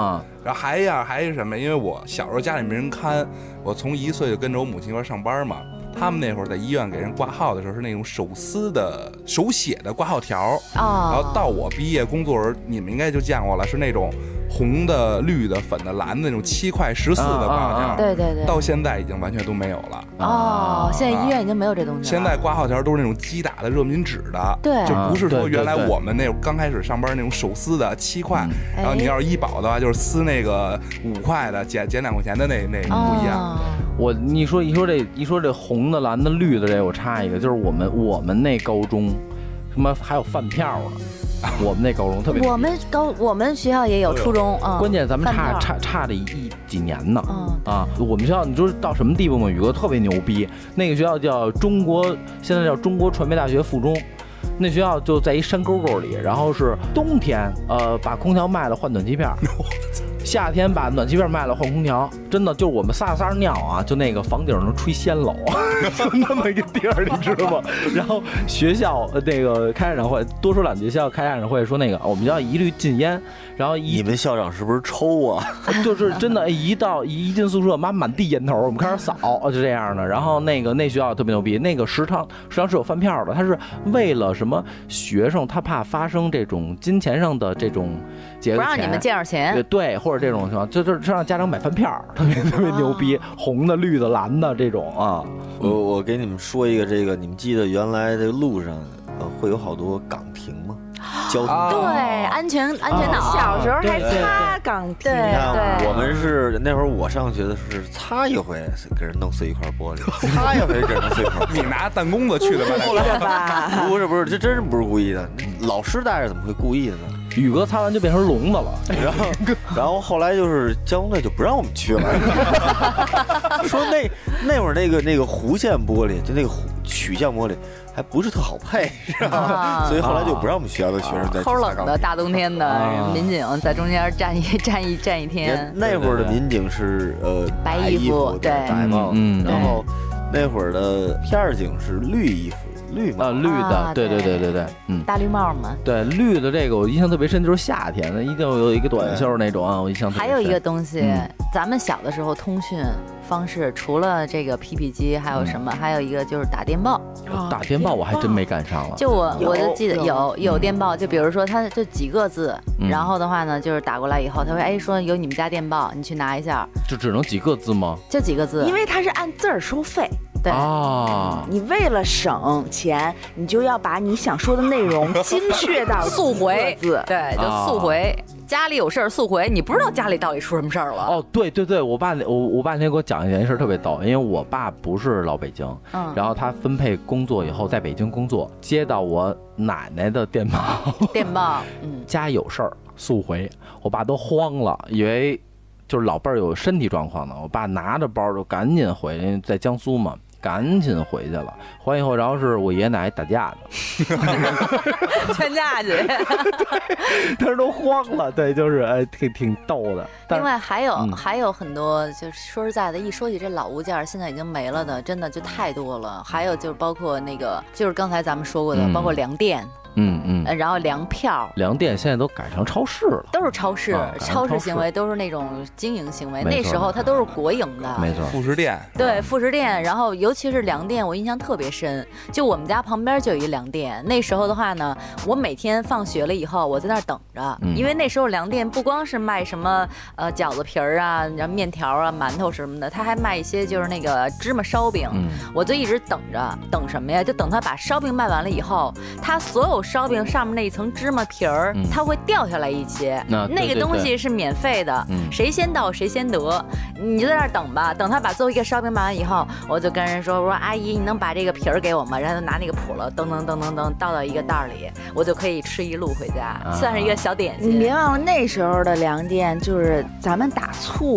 然后还一样，还一什么？因为我小时候家里没人看，我从一岁就跟着我母亲一块上班嘛。他们那会儿在医院给人挂号的时候是那种手撕的、手写的挂号条，哦、然后到我毕业工作时，你们应该就见过了，是那种红的、绿的、粉的、蓝的那种七块十四的挂号条、啊， 对对对， 到现在已经完全都没有了。 哦，现在医院已经没有这东西了。 现在挂号条都是那种机打的热敏纸的， 对， 就不是说原来我们那刚开始上班那种手撕的七块，嗯、然后你要是医保的话，就是撕那个五块的，减减两块钱的那那不一样。 哦我你说一说这一说这红的、蓝的、绿的，这我插一个，就是我们我们那高中，什么还有饭票呢？我们那高中特别， 我们高我们学校也有初中啊。 关键咱们差差差了一几年呢。啊，我们学校你知道到什么地步吗？宇哥特别牛逼，那个学校叫中国，现在叫中国传媒大学附中。那学校就在一山沟沟里，然后是冬天，呃，把空调卖了换暖气片。夏天把暖气片卖了换空调，真的就是我们撒撒尿啊，就那个房顶能吹仙楼，就那么一个地儿，你知道吗？然后学校那个开家长会，多说两句，学校开家长会说那个我们学校一律禁烟，然后一你们校长是不是抽啊？ 就是真的，一到一进宿舍，妈满地烟头，我们开始扫，就这样的。然后那个那学校特别牛逼，那个食堂食堂是有饭票的，他是为了什么学生他怕发生这种金钱上的这种节， 不让你们见着钱， 对，或者这种情况，就就是让家长买饭票，特别特别牛逼，红的、绿的、蓝的这种啊。 我我给你们说一个这个，你们记得原来这个路上呃会有好多岗亭吗？交通对安全安全岛， 小时候还擦岗亭。 对对， 我们是那会儿我上学的是擦一回给人弄碎一块玻璃，擦一回给人弄碎一块。 你拿弹弓子去的吧？ 不是不是，这真是不是故意的。老师带着怎么会故意的呢？ 宇哥擦完就变成聋子了， 然后然后后来就是交通队就不让我们去了，说那那会儿那个那个弧线玻璃就那个曲线玻璃还不是特好配，是吧？啊、所以后来就不让我们学校的学生再去。 齁冷的大冬天的，啊、民警在中间站一站一站一天。 那会儿的民警是呃白衣服， 对，白帽， 嗯， 然后那会儿的片儿警是绿衣服。绿啊，绿的，对对对对对，嗯， 大绿帽嘛。 对，绿的这个我印象特别深，就是夏天的一定有一个短袖那种啊，我印象特别深。 还有一个东西，嗯、咱们小的时候通讯方式除了这个 P P 机，还有什么？嗯、还有一个就是打电报。 哦、打电报我还真没赶上了。 就我我就记得有有电报，就比如说它就几个字， 嗯、 然后的话呢，就是打过来以后，他会哎说有你们家电报，你去拿一下。 就只能几个字吗？ 就几个字， 因为它是按字儿收费。 对啊， 你为了省钱，你就要把你想说的内容精确到速回字， 对，就速回。啊、家里有事儿速回，你不知道家里到底出什么事儿了。 哦，对对对，我爸我我爸那天给我讲一件事特别逗，因为我爸不是老北京，嗯，然后他分配工作以后在北京工作，接到我奶奶的电报， 电报，嗯， 家有事儿速回，我爸都慌了，以为就是老辈儿有身体状况呢，我爸拿着包就赶紧回去，在江苏嘛。赶紧回去了，回来以后，然后是我爷爷奶奶打架的， 劝架去， 对，当时都慌了，对，就是哎，挺挺逗的。 另外还有、嗯、还有很多，就是说实在的，一说起这老物件，现在已经没了的，真的就太多了。还有就是包括那个，就是刚才咱们说过的，嗯、包括粮店。 嗯嗯， 然后粮票， 粮店现在都改成超市了， 都是超市， 啊、 超市行为都是那种经营行为。那时候它都是国营的， 没错。 副食店， 对，副食店。然后尤其是粮店，我印象特别深。就我们家旁边就有一粮店，那时候的话呢，我每天放学了以后，我在那儿等着，嗯、因为那时候粮店不光是卖什么呃饺子皮儿啊、然后面条啊、馒头什么的，他还卖一些就是那个芝麻烧饼。嗯、我就一直等着，等什么呀？就等他把烧饼卖完了以后，他所有烧饼上面那一层芝麻皮儿，嗯、它会掉下来一些， 那, 那个东西是免费的，嗯、谁先到谁先得，你就在那儿等吧。等他把最后一个烧饼卖完以后，我就跟人说：“我说阿姨，你能把这个皮儿给我吗？”然后就拿那个谱了，噔噔噔噔噔倒到一个袋里，我就可以吃一路回家，啊、算是一个小点心。 你别忘了那时候的粮店，就是咱们打醋，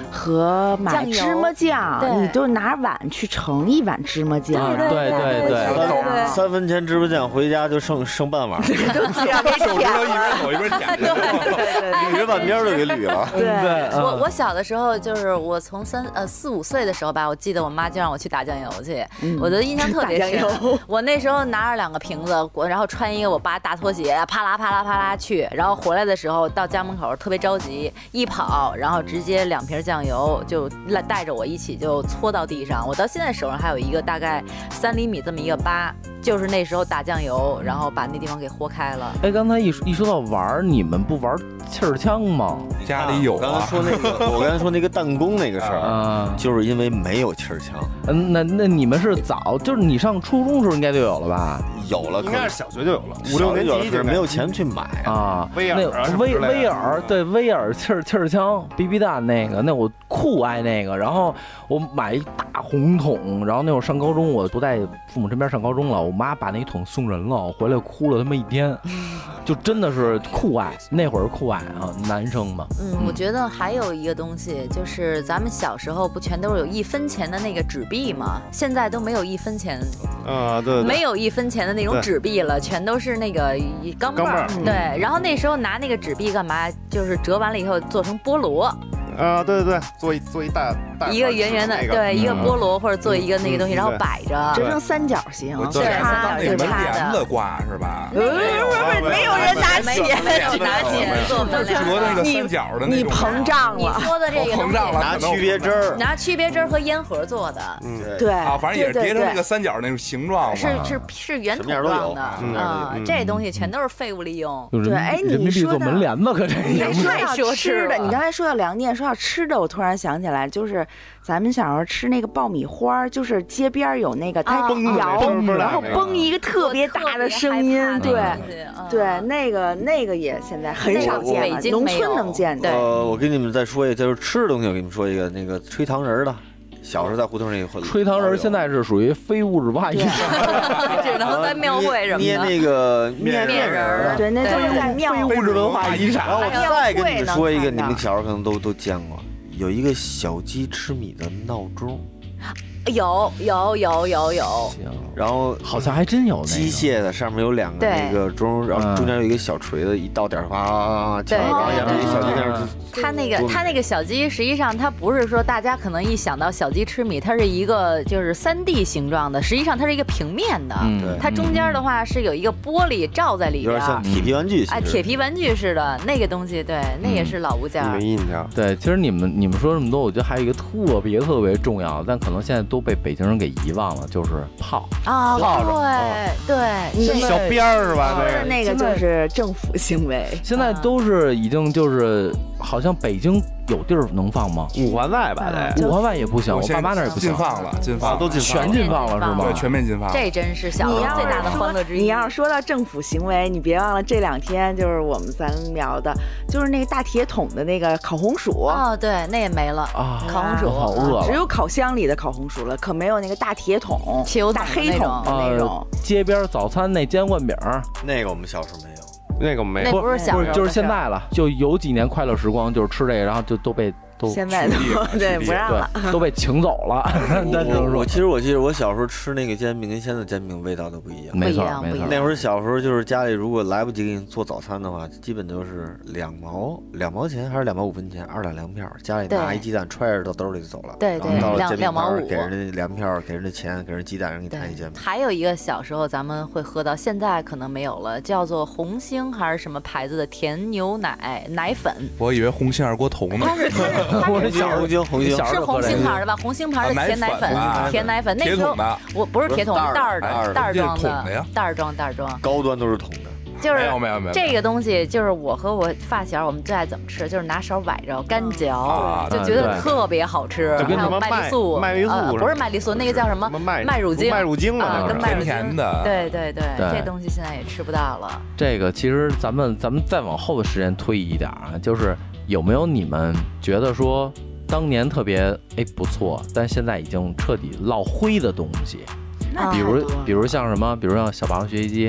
和买芝麻酱，你就拿碗去盛一碗芝麻酱。 对对对对， 三分钱芝麻酱回家就剩剩半碗， 都这样给手指头一边走一边舔， 捋着半边就给捋了。 对对， 我我小的时候就是我从三呃四五岁的时候吧，我记得我妈就让我去打酱油去，我的印象特别深。我那时候拿着两个瓶子，然后穿一个我爸大拖鞋，啪啦啪啦啪啦去，然后回来的时候到家门口特别着急，一跑然后直接两瓶酱油就带着我一起就搓到地上。我到现在手上还有一个大概三厘米这么一个疤，就是那时候打酱油，然后把那地方给豁开了。 哎，刚才一一说到玩，你们不玩气儿枪吗？ 家里有、啊。 我刚才说那个，我刚才说那个弹弓那个事儿，啊、就是因为没有气儿枪。 嗯，那那你们是早，就是你上初中时候应该就有了吧？ 有了， 应该是小学就有了，五六年级是没有钱去买啊。 威尔啊， 威威尔对威尔气儿气儿枪 B B 弹那个，那我酷爱那个。然后我买一大红桶，然后那会儿上高中，我不在父母身边上高中了，我妈把那桶送人了，我回来哭了他妈一天，就真的是酷爱，那会儿酷爱啊，男生嘛。 嗯，我觉得还有一个东西，就是咱们小时候不全都是有一分钱的那个纸币吗？现在都没有一分钱啊，对， 没有一分钱的那种纸币了，全都是那个钢镚儿。对，然后那时候拿那个纸币干嘛？就是折完了以后做成菠萝。 啊，对对对，做一做一大大一个圆圆的，对，一个菠萝或者做一个那个东西，然后摆着， 折成三角形， 对， 当那门帘子挂是吧？ 不是不是，没有人拿钱， 拿钱做门帘， 折那个三角的那种。 你膨胀了， 你说的这个膨胀了， 拿区别针儿， 拿区别针和烟盒做的， 嗯，对啊，反正也是叠成那个三角那种形状， 是是是圆筒状的啊，这东西全都是废物利用。 对，哎，你说做门帘子可这你说到吃的，你刚才说到粮店，说到吃的，我突然想起来，就是咱们小时候吃那个爆米花，就是街边有那个它摇，然后嘣一个特别大的声音，对对，那个那个也现在很少见了，农村能见的。 呃，我跟你们再说一个，就是吃的东西，我跟你们说一个，那个吹糖人的。小时候在胡同里吹糖人，现在是属于非物质文化遗产， 只能在庙会什么的捏那个面面人， 对，那都是在庙非物质文化遗产。 然后我再跟你们说一个，你们小时候可能都都见过，有一个小鸡吃米的闹钟。 有有有有有， 然后好像还真有机械的，上面有两个那个钟，然后中间有一个小锤子，一到点哗敲，然后养小鸡那样。 它那个它那个小鸡，实际上它不是说大家可能一想到小鸡吃米，它是一个就是三 D 形状的，实际上它是一个平面的，它中间的话是有一个玻璃罩在里边， 有点像铁皮玩具， 哎，铁皮玩具似的那个东西，对，那也是老物件。 没印象。 对，其实你们你们说这么多，我觉得还有一个特别特别重要，但可能现在都被北京人给遗忘了，就是炮啊，对对， 小鞭儿是吧？ 那个那个就是政府行为， 现在都是已经就是好像北京有地儿能放吗？ 五环外吧，得五环外也不行，我爸妈那儿也不行， 禁放了，禁放都禁全禁放了是吗？ 对，全面禁放。 这真是小时候最大的欢乐之一。 你要是说到政府行为，你别忘了这两天就是我们咱聊的，就是那个大铁桶的那个烤红薯。 哦，对，那也没了啊，烤红薯好饿了， 只有烤箱里的烤红薯了，可没有那个大铁桶、 汽油大黑桶的那种。 街边早餐那煎灌饼， 那个我们小时候没有。 那个没， 那不是小时候， 就是现在了，就有几年快乐时光，就是吃这个，然后就都被都现在都对不让了， 都被请走了。 我我其实我记得我小时候吃那个煎饼跟现在的煎饼味道都不一样， 没错没错。 那会儿小时候就是家里如果来不及给你做早餐的话，基本都是两毛两毛钱还是两毛五分钱二两粮票，家里拿一鸡蛋揣着到兜里就走了。 对对，两两毛五， 给人家粮票，给人家钱，给人鸡蛋，人给摊一煎饼。 还有一个小时候咱们会喝到，现在可能没有了，叫做红星还是什么牌子的甜牛奶奶粉。 我以为红星二锅头呢。 它是它是它是小红星红星是红星牌的吧？红星牌的甜奶粉，甜奶粉那时候我不是铁桶，袋儿的袋儿装的，袋儿装袋儿装， 高端都是桶的。 就是没有没有没有这个东西，就是我和我发小我们最爱怎么吃，就是拿手崴着干嚼，就觉得特别好吃。还有麦丽素， 麦丽素不是麦丽素，那个叫什么？麦乳精， 麦乳精啊，跟麦乳精的。 对对对，这东西现在也吃不到了。 这个其实咱们咱们再往后的时间推移一点啊，就是有没有你们觉得说当年特别哎不错，但现在已经彻底落灰的东西？比如比如像什么？比如像小霸王学习机。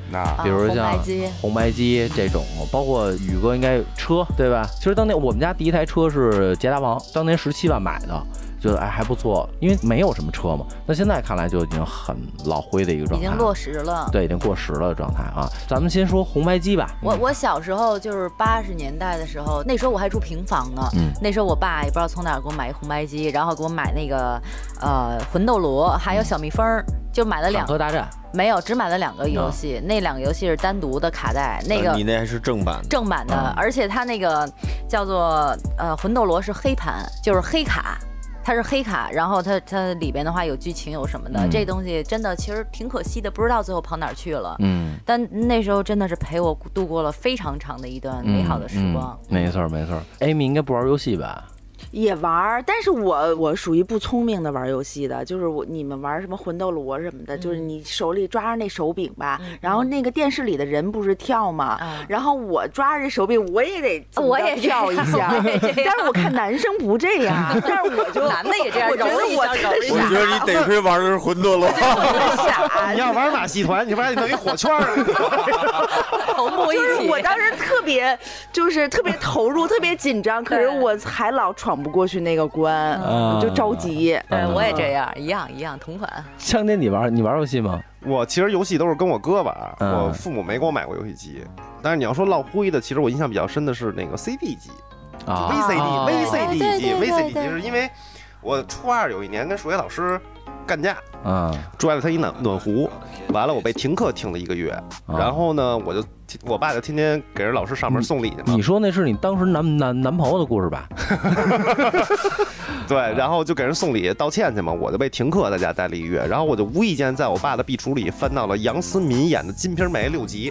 那比如像红白机、 红白机这种，包括宇哥应该车对吧？其实当年我们家第一台车是捷达王，当年十七万买的。觉得哎还不错，因为没有什么车嘛。那现在看来就已经很老灰的一个状态， 已经落实了。 对，已经过时了的状态啊。咱们先说红白机吧。 我我小时候就是八十年代的时候，那时候我还住平房呢。嗯。那时候我爸也不知道从哪儿给我买一红白机，然后给我买那个呃魂斗罗，还有小蜜蜂，就买了两个。 坦克大战。 没有，只买了两个游戏，嗯、那两个游戏是单独的卡带。那个、 啊、你那还是正版的。 正版的， 嗯、 而且它那个叫做呃魂斗罗是黑盘，就是黑卡。它是黑卡，然后它它里边的话有剧情有什么的，嗯、这东西真的其实挺可惜的，不知道最后跑哪儿去了。嗯，但那时候真的是陪我度过了非常长的一段美好的时光。 嗯嗯、没错没错 ，Amy 应该不玩游戏吧？ 也玩，但是我我属于不聪明的玩游戏的，就是我你们玩什么魂斗罗什么的，嗯、就是你手里抓着那手柄吧，嗯、然后那个电视里的人不是跳吗？嗯、然后我抓着这手柄，我也得我也跳一下，但是我看男生不这样，但是我就男的也这样， 我觉得我真傻，我觉得你得亏玩的是魂斗罗， 傻， 你要玩马戏团，你不然你弄一火圈头目一起。 就是我当时特别就是特别投入，特别紧张，可是我还老闯不过去那个关，我就着急。 对，我也这样，一样一样，同款。 香姐，你玩你玩游戏吗？ 我其实游戏都是跟我哥玩，我父母没给我买过游戏机。但是你要说落灰的，其实我印象比较深的是那个 C D 机啊 ，V C D，V C D 机 ，V C D 机是因为我初二有一年跟数学老师干架，嗯，拽了他一暖暖壶，完了我被停课停了一个月，然后呢，我就我爸就天天给人老师上门送礼去嘛。 你说那是你当时男男男朋友的故事吧？ 对，然后就给人送礼道歉去嘛，我就被停课在家待了一个月，然后我就无意间在我爸的壁橱里翻到了杨思敏演的《金瓶梅》六集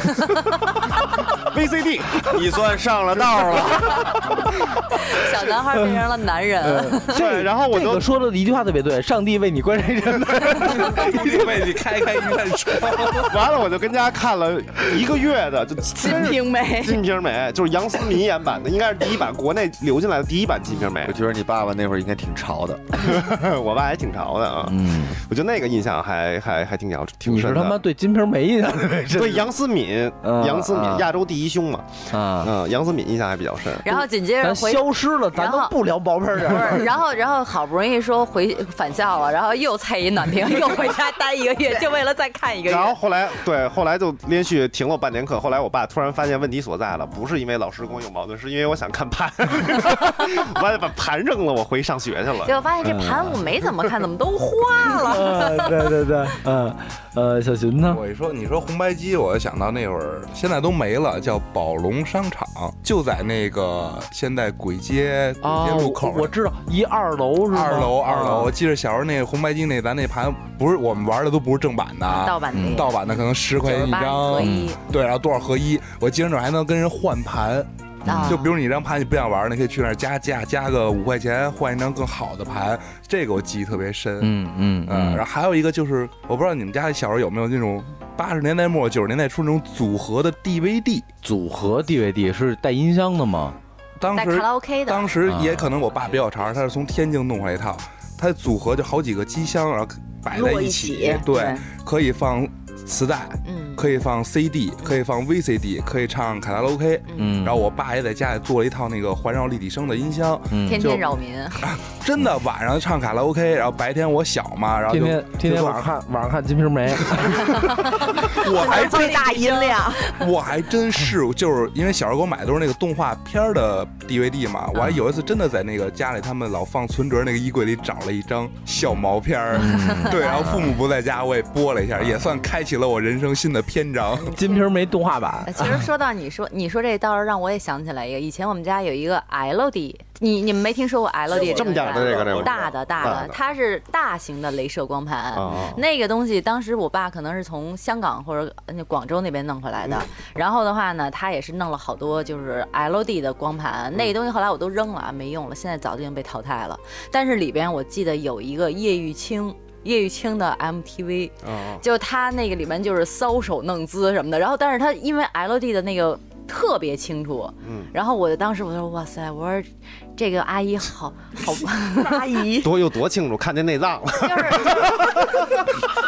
，V C D， 你算上了道了。 小男孩变成了男人， 嗯、对，然后我就、 这个、说的一句话特别对，上帝为你关上一扇门， 上帝为你开开一扇窗。 完了，我就跟家看了一个月的，就《 金瓶梅》， 《金瓶梅》就是杨思敏演版的，应该是第一版国内流进来的第一版《金瓶梅》。 我觉得你爸爸那会儿应该挺潮的， 我爸还挺潮的啊。嗯，我觉得那个印象还还还挺挺挺深的。 你是他妈对《金瓶梅》印象特别深？ 对杨思敏，杨思敏亚洲第一凶嘛，啊嗯，杨思敏印象还比较深。 然后紧接着回消失了，咱都不聊薄片儿。然后然后好不容易说回返校了，然后又菜一暖瓶，又回家待一个月，就为了再看一个月。 然后后来对，后来就连续停了半年课。后来我爸突然发现问题所在了，不是因为老师跟我有矛盾，是因为我想看盘，我还得把盘扔了，我回上学去了。 结果发现这盘我没怎么看，怎么都花了？ 呃、对对对，嗯呃，小寻呢？ 我一说你说红白机，我就想到那会儿现在都没了，叫宝龙商场，就在那个现在簋街簋街路口、 啊我。我知道一二楼是吗？ 二楼二楼，我记得小时候那个红白机那咱那盘不是我们玩的都不是正版的， 盗版的、嗯， 盗版的可能十块钱一张， 嗯、 对，然后多少合一，我记得那还能跟人换盘。嗯、就比如你一张盘你不想玩，你可以去那儿加价加个五块钱换一张更好的盘，这个我记忆特别深。 嗯嗯嗯。 然后还有一个就是，我不知道你们家里小时候有没有那种八十年代末九十年代初那种组合的 D V D。 组合 D V D 是带音箱的吗？ 当时带卡拉 OK 的。 当时也可能我爸比较潮，他是从天津弄回来一套，它组合就好几个机箱，然后摆在一起， 一起对， 对可以放磁带， 嗯， 可以放 C D， 可以放 V C D， 可以唱卡拉 OK， 嗯，然后我爸也在家里做了一套那个环绕立体声的音箱， 嗯，天天扰民， 真的晚上唱卡拉 OK， 然后白天我小嘛，然后就天天天天晚上看晚上看《金瓶梅》， 我还最大音量， 我还真是就是因为小时候给我买的都是那个动画片的 D V D 嘛，我还有一次真的在那个家里他们老放存折那个衣柜里找了一张小毛片儿，嗯、对，然后父母不在家，我也播了一下，也算开启了我人生新的篇章。 金瓶梅动画版。 其实说到你说你说这倒是让我也想起来一个，以前我们家有一个 L D， 你你们没听说过 L D 这么点的这个这个大的大的，它是大型的镭射光盘，哦、那个东西当时我爸可能是从香港或者广州那边弄回来的，嗯、然后的话呢，他也是弄了好多就是 L D 的光盘，嗯、那个东西后来我都扔了，没用了，现在早就已经被淘汰了。但是里边我记得有一个叶玉卿。叶玉卿的 M T V， 哦、就他那个里面就是搔首弄姿什么的，然后但是他因为 L D 的那个特别清楚，嗯，然后我当时我就说哇塞，我说这个阿姨好好阿姨多有多清楚，看见内脏了， 就是、就是、因为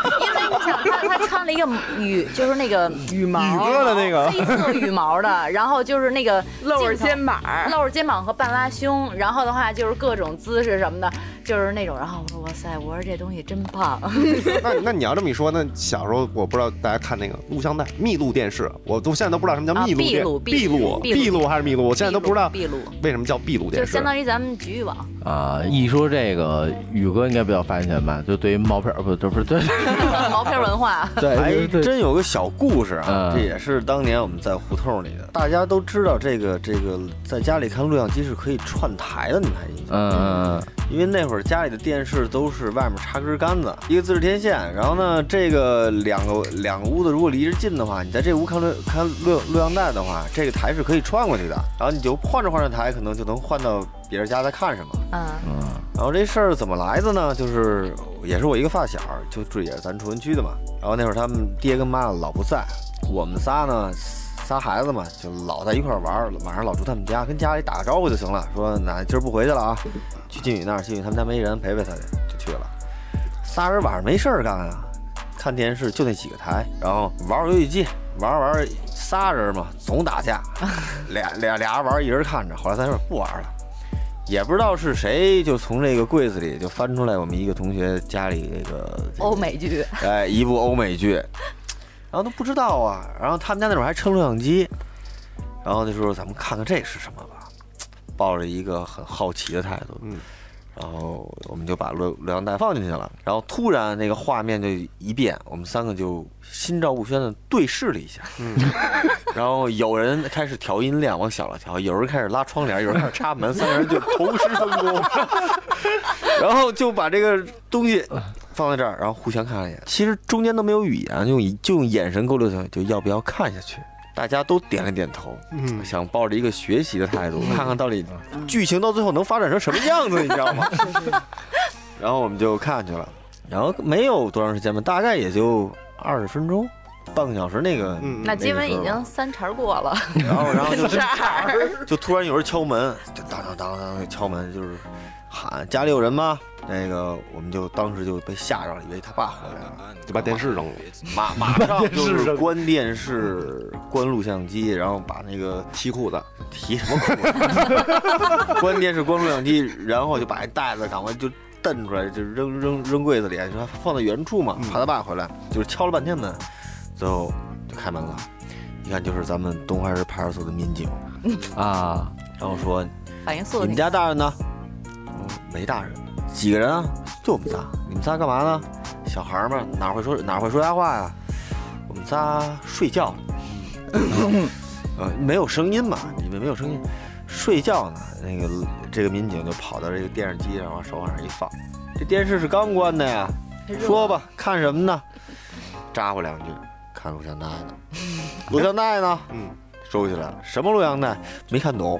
想他他穿了一个羽，就是那个羽毛宇哥的那个黑色羽毛的，然后就是那个露着肩膀， 露着肩膀和半拉胸，然后的话就是各种姿势什么的，就是那种。然后我说哇塞，我说这东西真棒。 那那你要这么一说，那小时候我不知道大家看那个录像带、密录电视，我都现在都不知道什么叫密录电、 闭录、闭录还是密录，我现在都不知道闭录为什么叫闭录电视， 就相当于咱们局域网啊。一说这个，宇哥应该比较发现吧？就对于毛片不这不是对毛片文化， 对， 还真有个小故事啊，这也是当年我们在胡同里的。大家都知道这个这个在家里看录像机是可以串台的，你们还印象？ 嗯， 因为那会儿家里的电视都是外面插根杆子，一个自制天线，然后呢，这个两个两个屋子如果离着近的话，你在这屋看录看录录像带的话，这个台是可以串过去的，然后你就换着换着台，可能就能换到别人家在看什么。 嗯嗯。然后这事儿怎么来的呢？就是也是我一个发小，就这也是咱崇文区的嘛。然后那会儿他们爹跟妈老不在，我们仨呢。仨孩子嘛，就老在一块玩，晚上老住他们家，跟家里打个招呼就行了。说那今儿不回去了啊，去靖宇那儿，靖宇他们家没人，陪陪他去，就去了。仨人晚上没事儿干啊，看电视就那几个台，然后玩玩游戏机，玩玩仨人嘛，总打架，俩俩俩人玩，一人看着。后来咱说不玩了，也不知道是谁就从这个柜子里就翻出来我们一个同学家里这个欧美剧， 哎，一部欧美剧。然后都不知道啊，然后他们家那会儿还撑录像机，然后那时候咱们看看这是什么吧，抱着一个很好奇的态度，嗯，然后我们就把录录像带放进去了，然后突然那个画面就一变，我们三个就心照不宣的对视了一下，嗯，然后有人开始调音量往小了调，有人开始拉窗帘，有人开始插门，三个人就同时分工，然后就把这个东西放在这儿，然后互相看了一眼，其实中间都没有语言，用就用眼神勾勒就就要不要看下去。大家都点了点头，嗯，想抱着一个学习的态度，看看到底剧情到最后能发展成什么样子，你知道吗？然后我们就看去了，然后没有多长时间吧，大概也就二十分钟，半个小时那个。嗯、 那基本已经三茬过了。 然后，然后就就突然有人敲门，就当当当当敲门，就是喊家里有人吗？那个我们就当时就被吓着了，以为他爸回来了， 就把电视扔了， 马马上就是关电视、关录像机，然后把那个提裤子， 提什么裤子？关电视、关录像机，然后就把那袋子赶快就蹬出来，就扔扔扔柜子里，就放在原处嘛，怕他爸回来，就是敲了半天门，最后就开门了，一看就是咱们东华市派出所的民警啊，然后说反应速度， 你们家大人呢？嗯，没大人。几个人啊？就我们仨。你们仨干嘛呢？小孩嘛，哪会说哪会说瞎话呀？我们仨睡觉。呃，没有声音嘛，你们没有声音，睡觉呢。那个这个民警就跑到这个电视机上，往手往上一放，这电视是刚关的呀。说吧，看什么呢？扎呼两句，看录像带呢。录像带呢？嗯，收起来了。什么录像带？没看懂。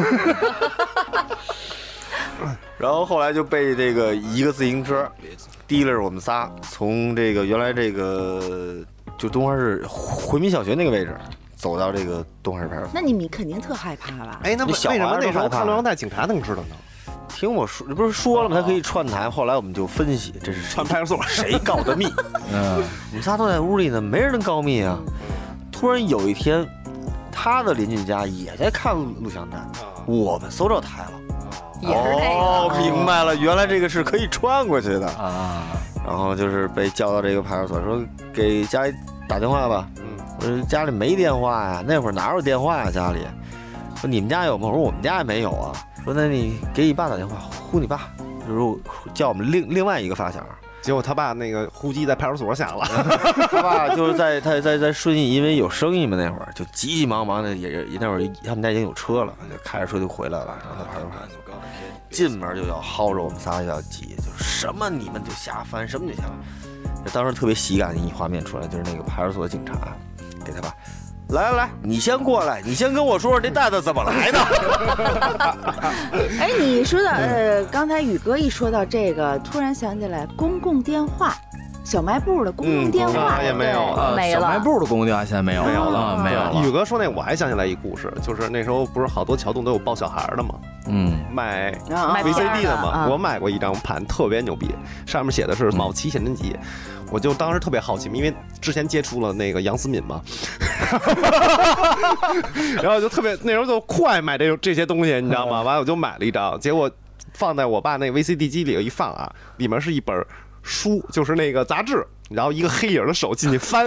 然后后来就被这个一个自行车提了我们仨，从这个原来这个就东华市回民小学那个位置走到这个东华市派出所。 那你们肯定特害怕吧？ 哎，那为什么那时候看录像带警察能知道呢？ 听我说，不是说了吗？他可以串台。后来我们就分析，这是串派出所谁告的密？嗯，我们仨都在屋里呢，没人能告密啊。突然有一天，他的邻居家也在看录像带，我们搜着台了。哦，明白了，原来这个是可以串过去的啊。然后就是被叫到这个派出所，说给家里打电话吧。嗯，我说家里没电话呀，那会儿哪有电话呀？家里说你们家有吗？我说我们家也没有啊。说那你给你爸打电话，呼你爸，就是叫我们另另外一个发小。 结果他爸那个呼机在派出所响了， 他爸就是在他在在顺义，因为有生意嘛，那会儿就急急忙忙的，也那会儿他们家已经有车了，就开着车就回来了，然后他派出所进门就要薅着我们仨就要挤，就是什么你们就瞎翻，什么就瞎翻。当时特别喜感的一画面出来，就是那个派出所的警察给他爸。来来来，你先过来，你先跟我说说这袋子怎么来的。 哎，你说到呃，刚才宇哥一说到这个，突然想起来公共电话， 小卖部的公用电话也没有了， 没了。 小卖部的公用电话现在没有没有了，没有了。 宇哥说那我还想起来一故事，就是那时候不是好多桥洞都有抱小孩的吗？嗯，卖 V C D 的嘛，我买过一张盘，特别牛逼，上面写的是某七千年级。我就当时特别好奇，因为之前接触了那个杨思敏嘛，然后就特别那时候就快买这这些东西，你知道吗？完了我就买了一张，结果放在我爸那 V C D 机里一放啊，里面是一本书，就是那个杂志，然后一个黑影的手进去翻，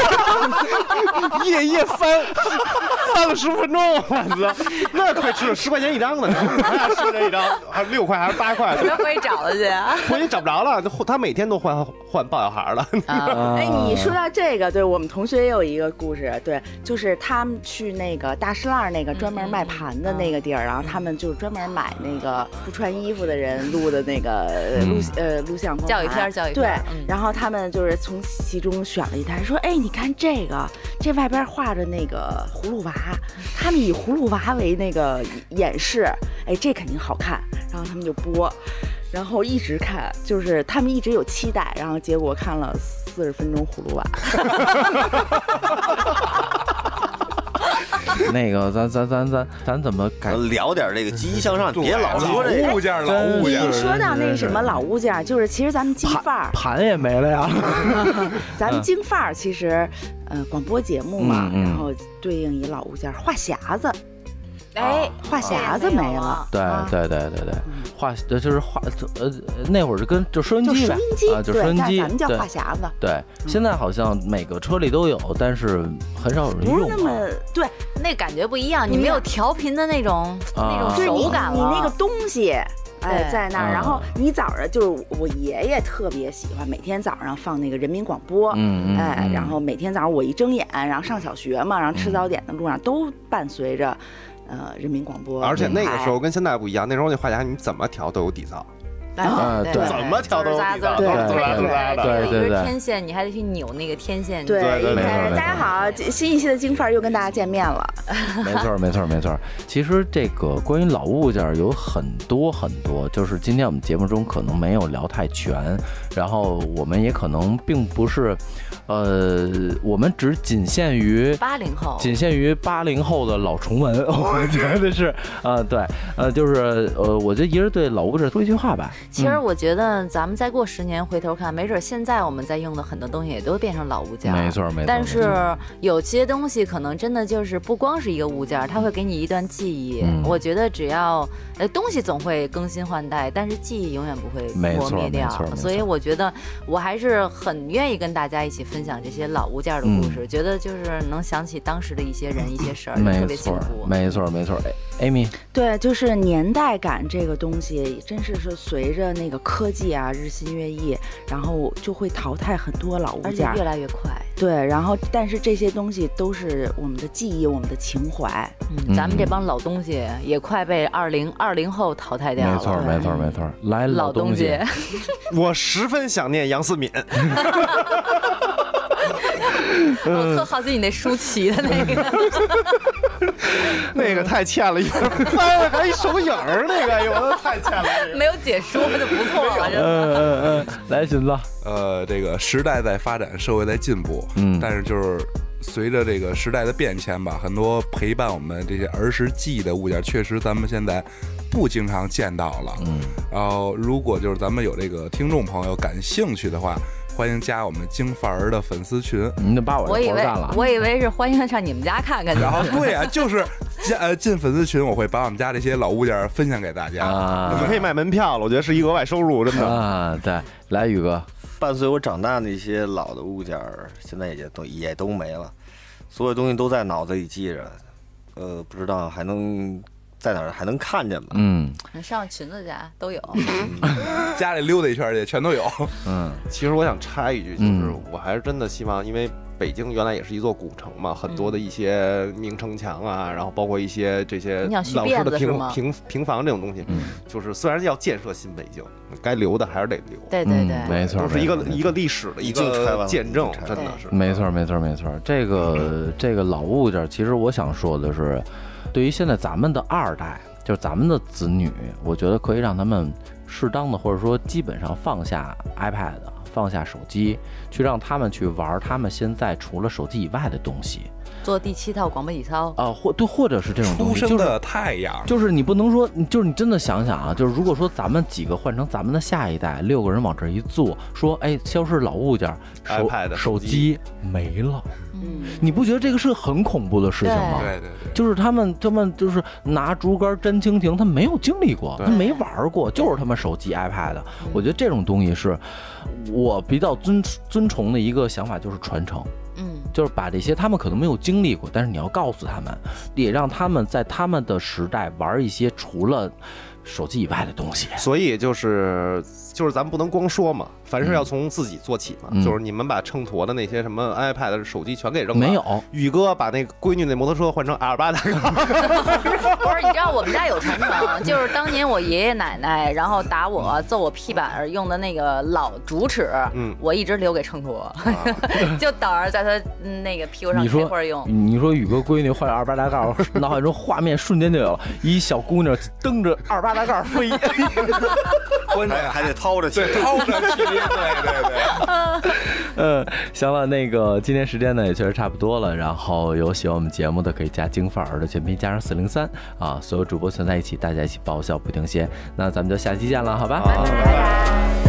页页翻，翻了十五分钟，我操，那快吃了十块钱一张呢，十块钱一张，还六块还是八块？ 你回去找他去啊？ 回去找不着了，他每天都换换抱小孩了。 啊、哎，你说到这个，对我们同学也有一个故事，对，就是他们去那个大石烂那个专门卖盘的那个地儿，然后他们就专门买那个不穿衣服的人录的那个录呃录像光教育片，教育片。 对，然后他们就是从其中选了一台，说，哎，你看这个，这外边画着那个葫芦娃，他们以葫芦娃为那个演示，哎，这肯定好看，然后他们就播。然后一直看，就是他们一直有期待，然后结果看了四十分钟葫芦娃。 那个，咱咱咱咱咱怎么改？ 聊点这个积极向上，别老说这老物件，老物件。 你说到那什么老物件，就是其实咱们京范儿盘也没了呀。 咱们京范儿其实，呃，广播节目嘛，然后对应一老物件，话匣子。 哎， 话匣子没了。 对对对对对，话就是话呃那会儿就跟就收音机呗，啊就收音机， 咱们叫话匣子。 对，现在好像每个车里都有，但是很少有人用。 不是那么对， 那感觉不一样，你没有调频的那种那种手感了。 你那个东西。哎，在那儿，然后你早上就是我爷爷特别喜欢每天早上放那个人民广播，嗯，哎，然后每天早上我一睁眼，然后上小学嘛，然后吃早点的路上都伴随着，呃，人民广播。 而且那个时候跟现在不一样，那时候那话匣你怎么调都有底噪。 啊，对， 怎么调都有底噪， 对对对对， 天线你还得去扭那个天线。 对对对， 大家好，新一期的京范儿又跟大家见面了。 没错没错没错。其实这个关于老物件有很多很多，就是今天我们节目中可能没有聊太全，然后我们也可能并不是，呃，我们只仅限于八零后， 仅限于八零后的老重文，我觉得是，呃，对，呃，就是呃，我就一直对老物件说一句话吧。 其实我觉得咱们再过十年回头看，没准现在我们在用的很多东西也都变成老物件。 没错没错。 但是有些东西可能真的就是不光是一个物件，它会给你一段记忆。嗯、我觉得只要呃东西总会更新换代，但是记忆永远不会磨灭掉。所以我觉得我还是很愿意跟大家一起分享这些老物件的故事，嗯、觉得就是能想起当时的一些人一些事儿，特别幸福。 没错没错。Amy， 对，就是年代感这个东西，真是是随着那个科技啊日新月异，然后就会淘汰很多老物件， 而且越来越快。 对，然后但是这些东西都是我们的记忆，我们的情怀。 嗯，咱们这帮老东西也快被二零二零后淘汰掉了。 没错没错没错。来， 老东西， 我十分想念杨思敏。 我特好奇你那舒淇的那个， 那个太欠了一点，翻了还一手影儿，那个有的太欠了。 没有解说就不错了。 嗯嗯嗯，来寻子。 呃，这个时代在发展，社会在进步，嗯，但是就是随着这个时代的变迁吧，很多陪伴我们这些儿时记忆的物件，确实咱们现在不经常见到了。嗯，然后如果就是咱们有这个听众朋友感兴趣的话，欢迎加我们京范儿的粉丝群。 你得把我这活干了。 我以为是欢迎上你们家看看去。 然后对啊，就是进呃进粉丝群，我会把我们家这些老物件分享给大家。 啊，你们可以卖门票了，我觉得是一额外收入，真的。 啊，对，来宇哥， 伴随我长大的一些老的物件，现在也都也都没了，所有东西都在脑子里记着，呃，不知道还能在哪儿还能看见吧？ 嗯， 上裙子家都有， 家里溜达一圈去全都有。 嗯，其实我想插一句，就是我还是真的希望，因为北京原来也是一座古城嘛，很多的一些明城墙啊，然后包括一些这些老式的平平平房这种东西，就是虽然要建设新北京，该留的还是得留。 对对对， 没错， 是一个一个历史的一个见证，真的是。 没错没错没错，这个这个老物件，其实我想说的是。对于现在咱们的二代，就是咱们的子女，我觉得可以让他们适当的，或者说基本上放下 iPad， 放下手机，去让他们去玩他们现在除了手机以外的东西。 做第七套广播体操啊，或对，或者是这种东西， 出生的太阳， 就是你不能说，就是你真的想想啊，就是如果说咱们几个换成咱们的下一代，六个人往这一坐，说哎，消失老物件，手 iPad 手机没了，嗯，你不觉得这个是很恐怖的事情吗？ 对对对， 就是他们他们就是拿竹竿沾蜻蜓，他没有经历过，他没玩过，就是他们手机 iPad，我觉得这种东西是我比较尊尊崇的一个想法，就是传承。嗯，就是把这些他们可能没有经历过，但是你要告诉他们，也让他们在他们的时代玩一些除了手机以外的东西。 所以就是就是咱们不能光说嘛，凡事要从自己做起嘛。嗯、就是你们把秤砣的那些什么 iPad、手机全给扔了， 没有。 宇哥把那闺女那摩托车换成 L 八大杠。 不是，你知道我们家有传承，就是当年我爷爷奶奶然后打我揍我屁板用的那个老竹尺，嗯，我一直留给秤砣，啊、就等着在他那个屁股上开会用。 你说宇哥闺女换二八大杠，脑海中画面瞬间就有了，一小姑娘蹬着二八大杠飞， 还还得掏着骑， 掏着骑，对对对。 嗯，行了，那个今天时间呢也确实差不多了，然后有喜欢我们节目的可以加京范儿的全拼加上四零三啊，所有主播存在一起，大家一起爆笑不停歇。那咱们就下期见了，好吧？ 拜拜。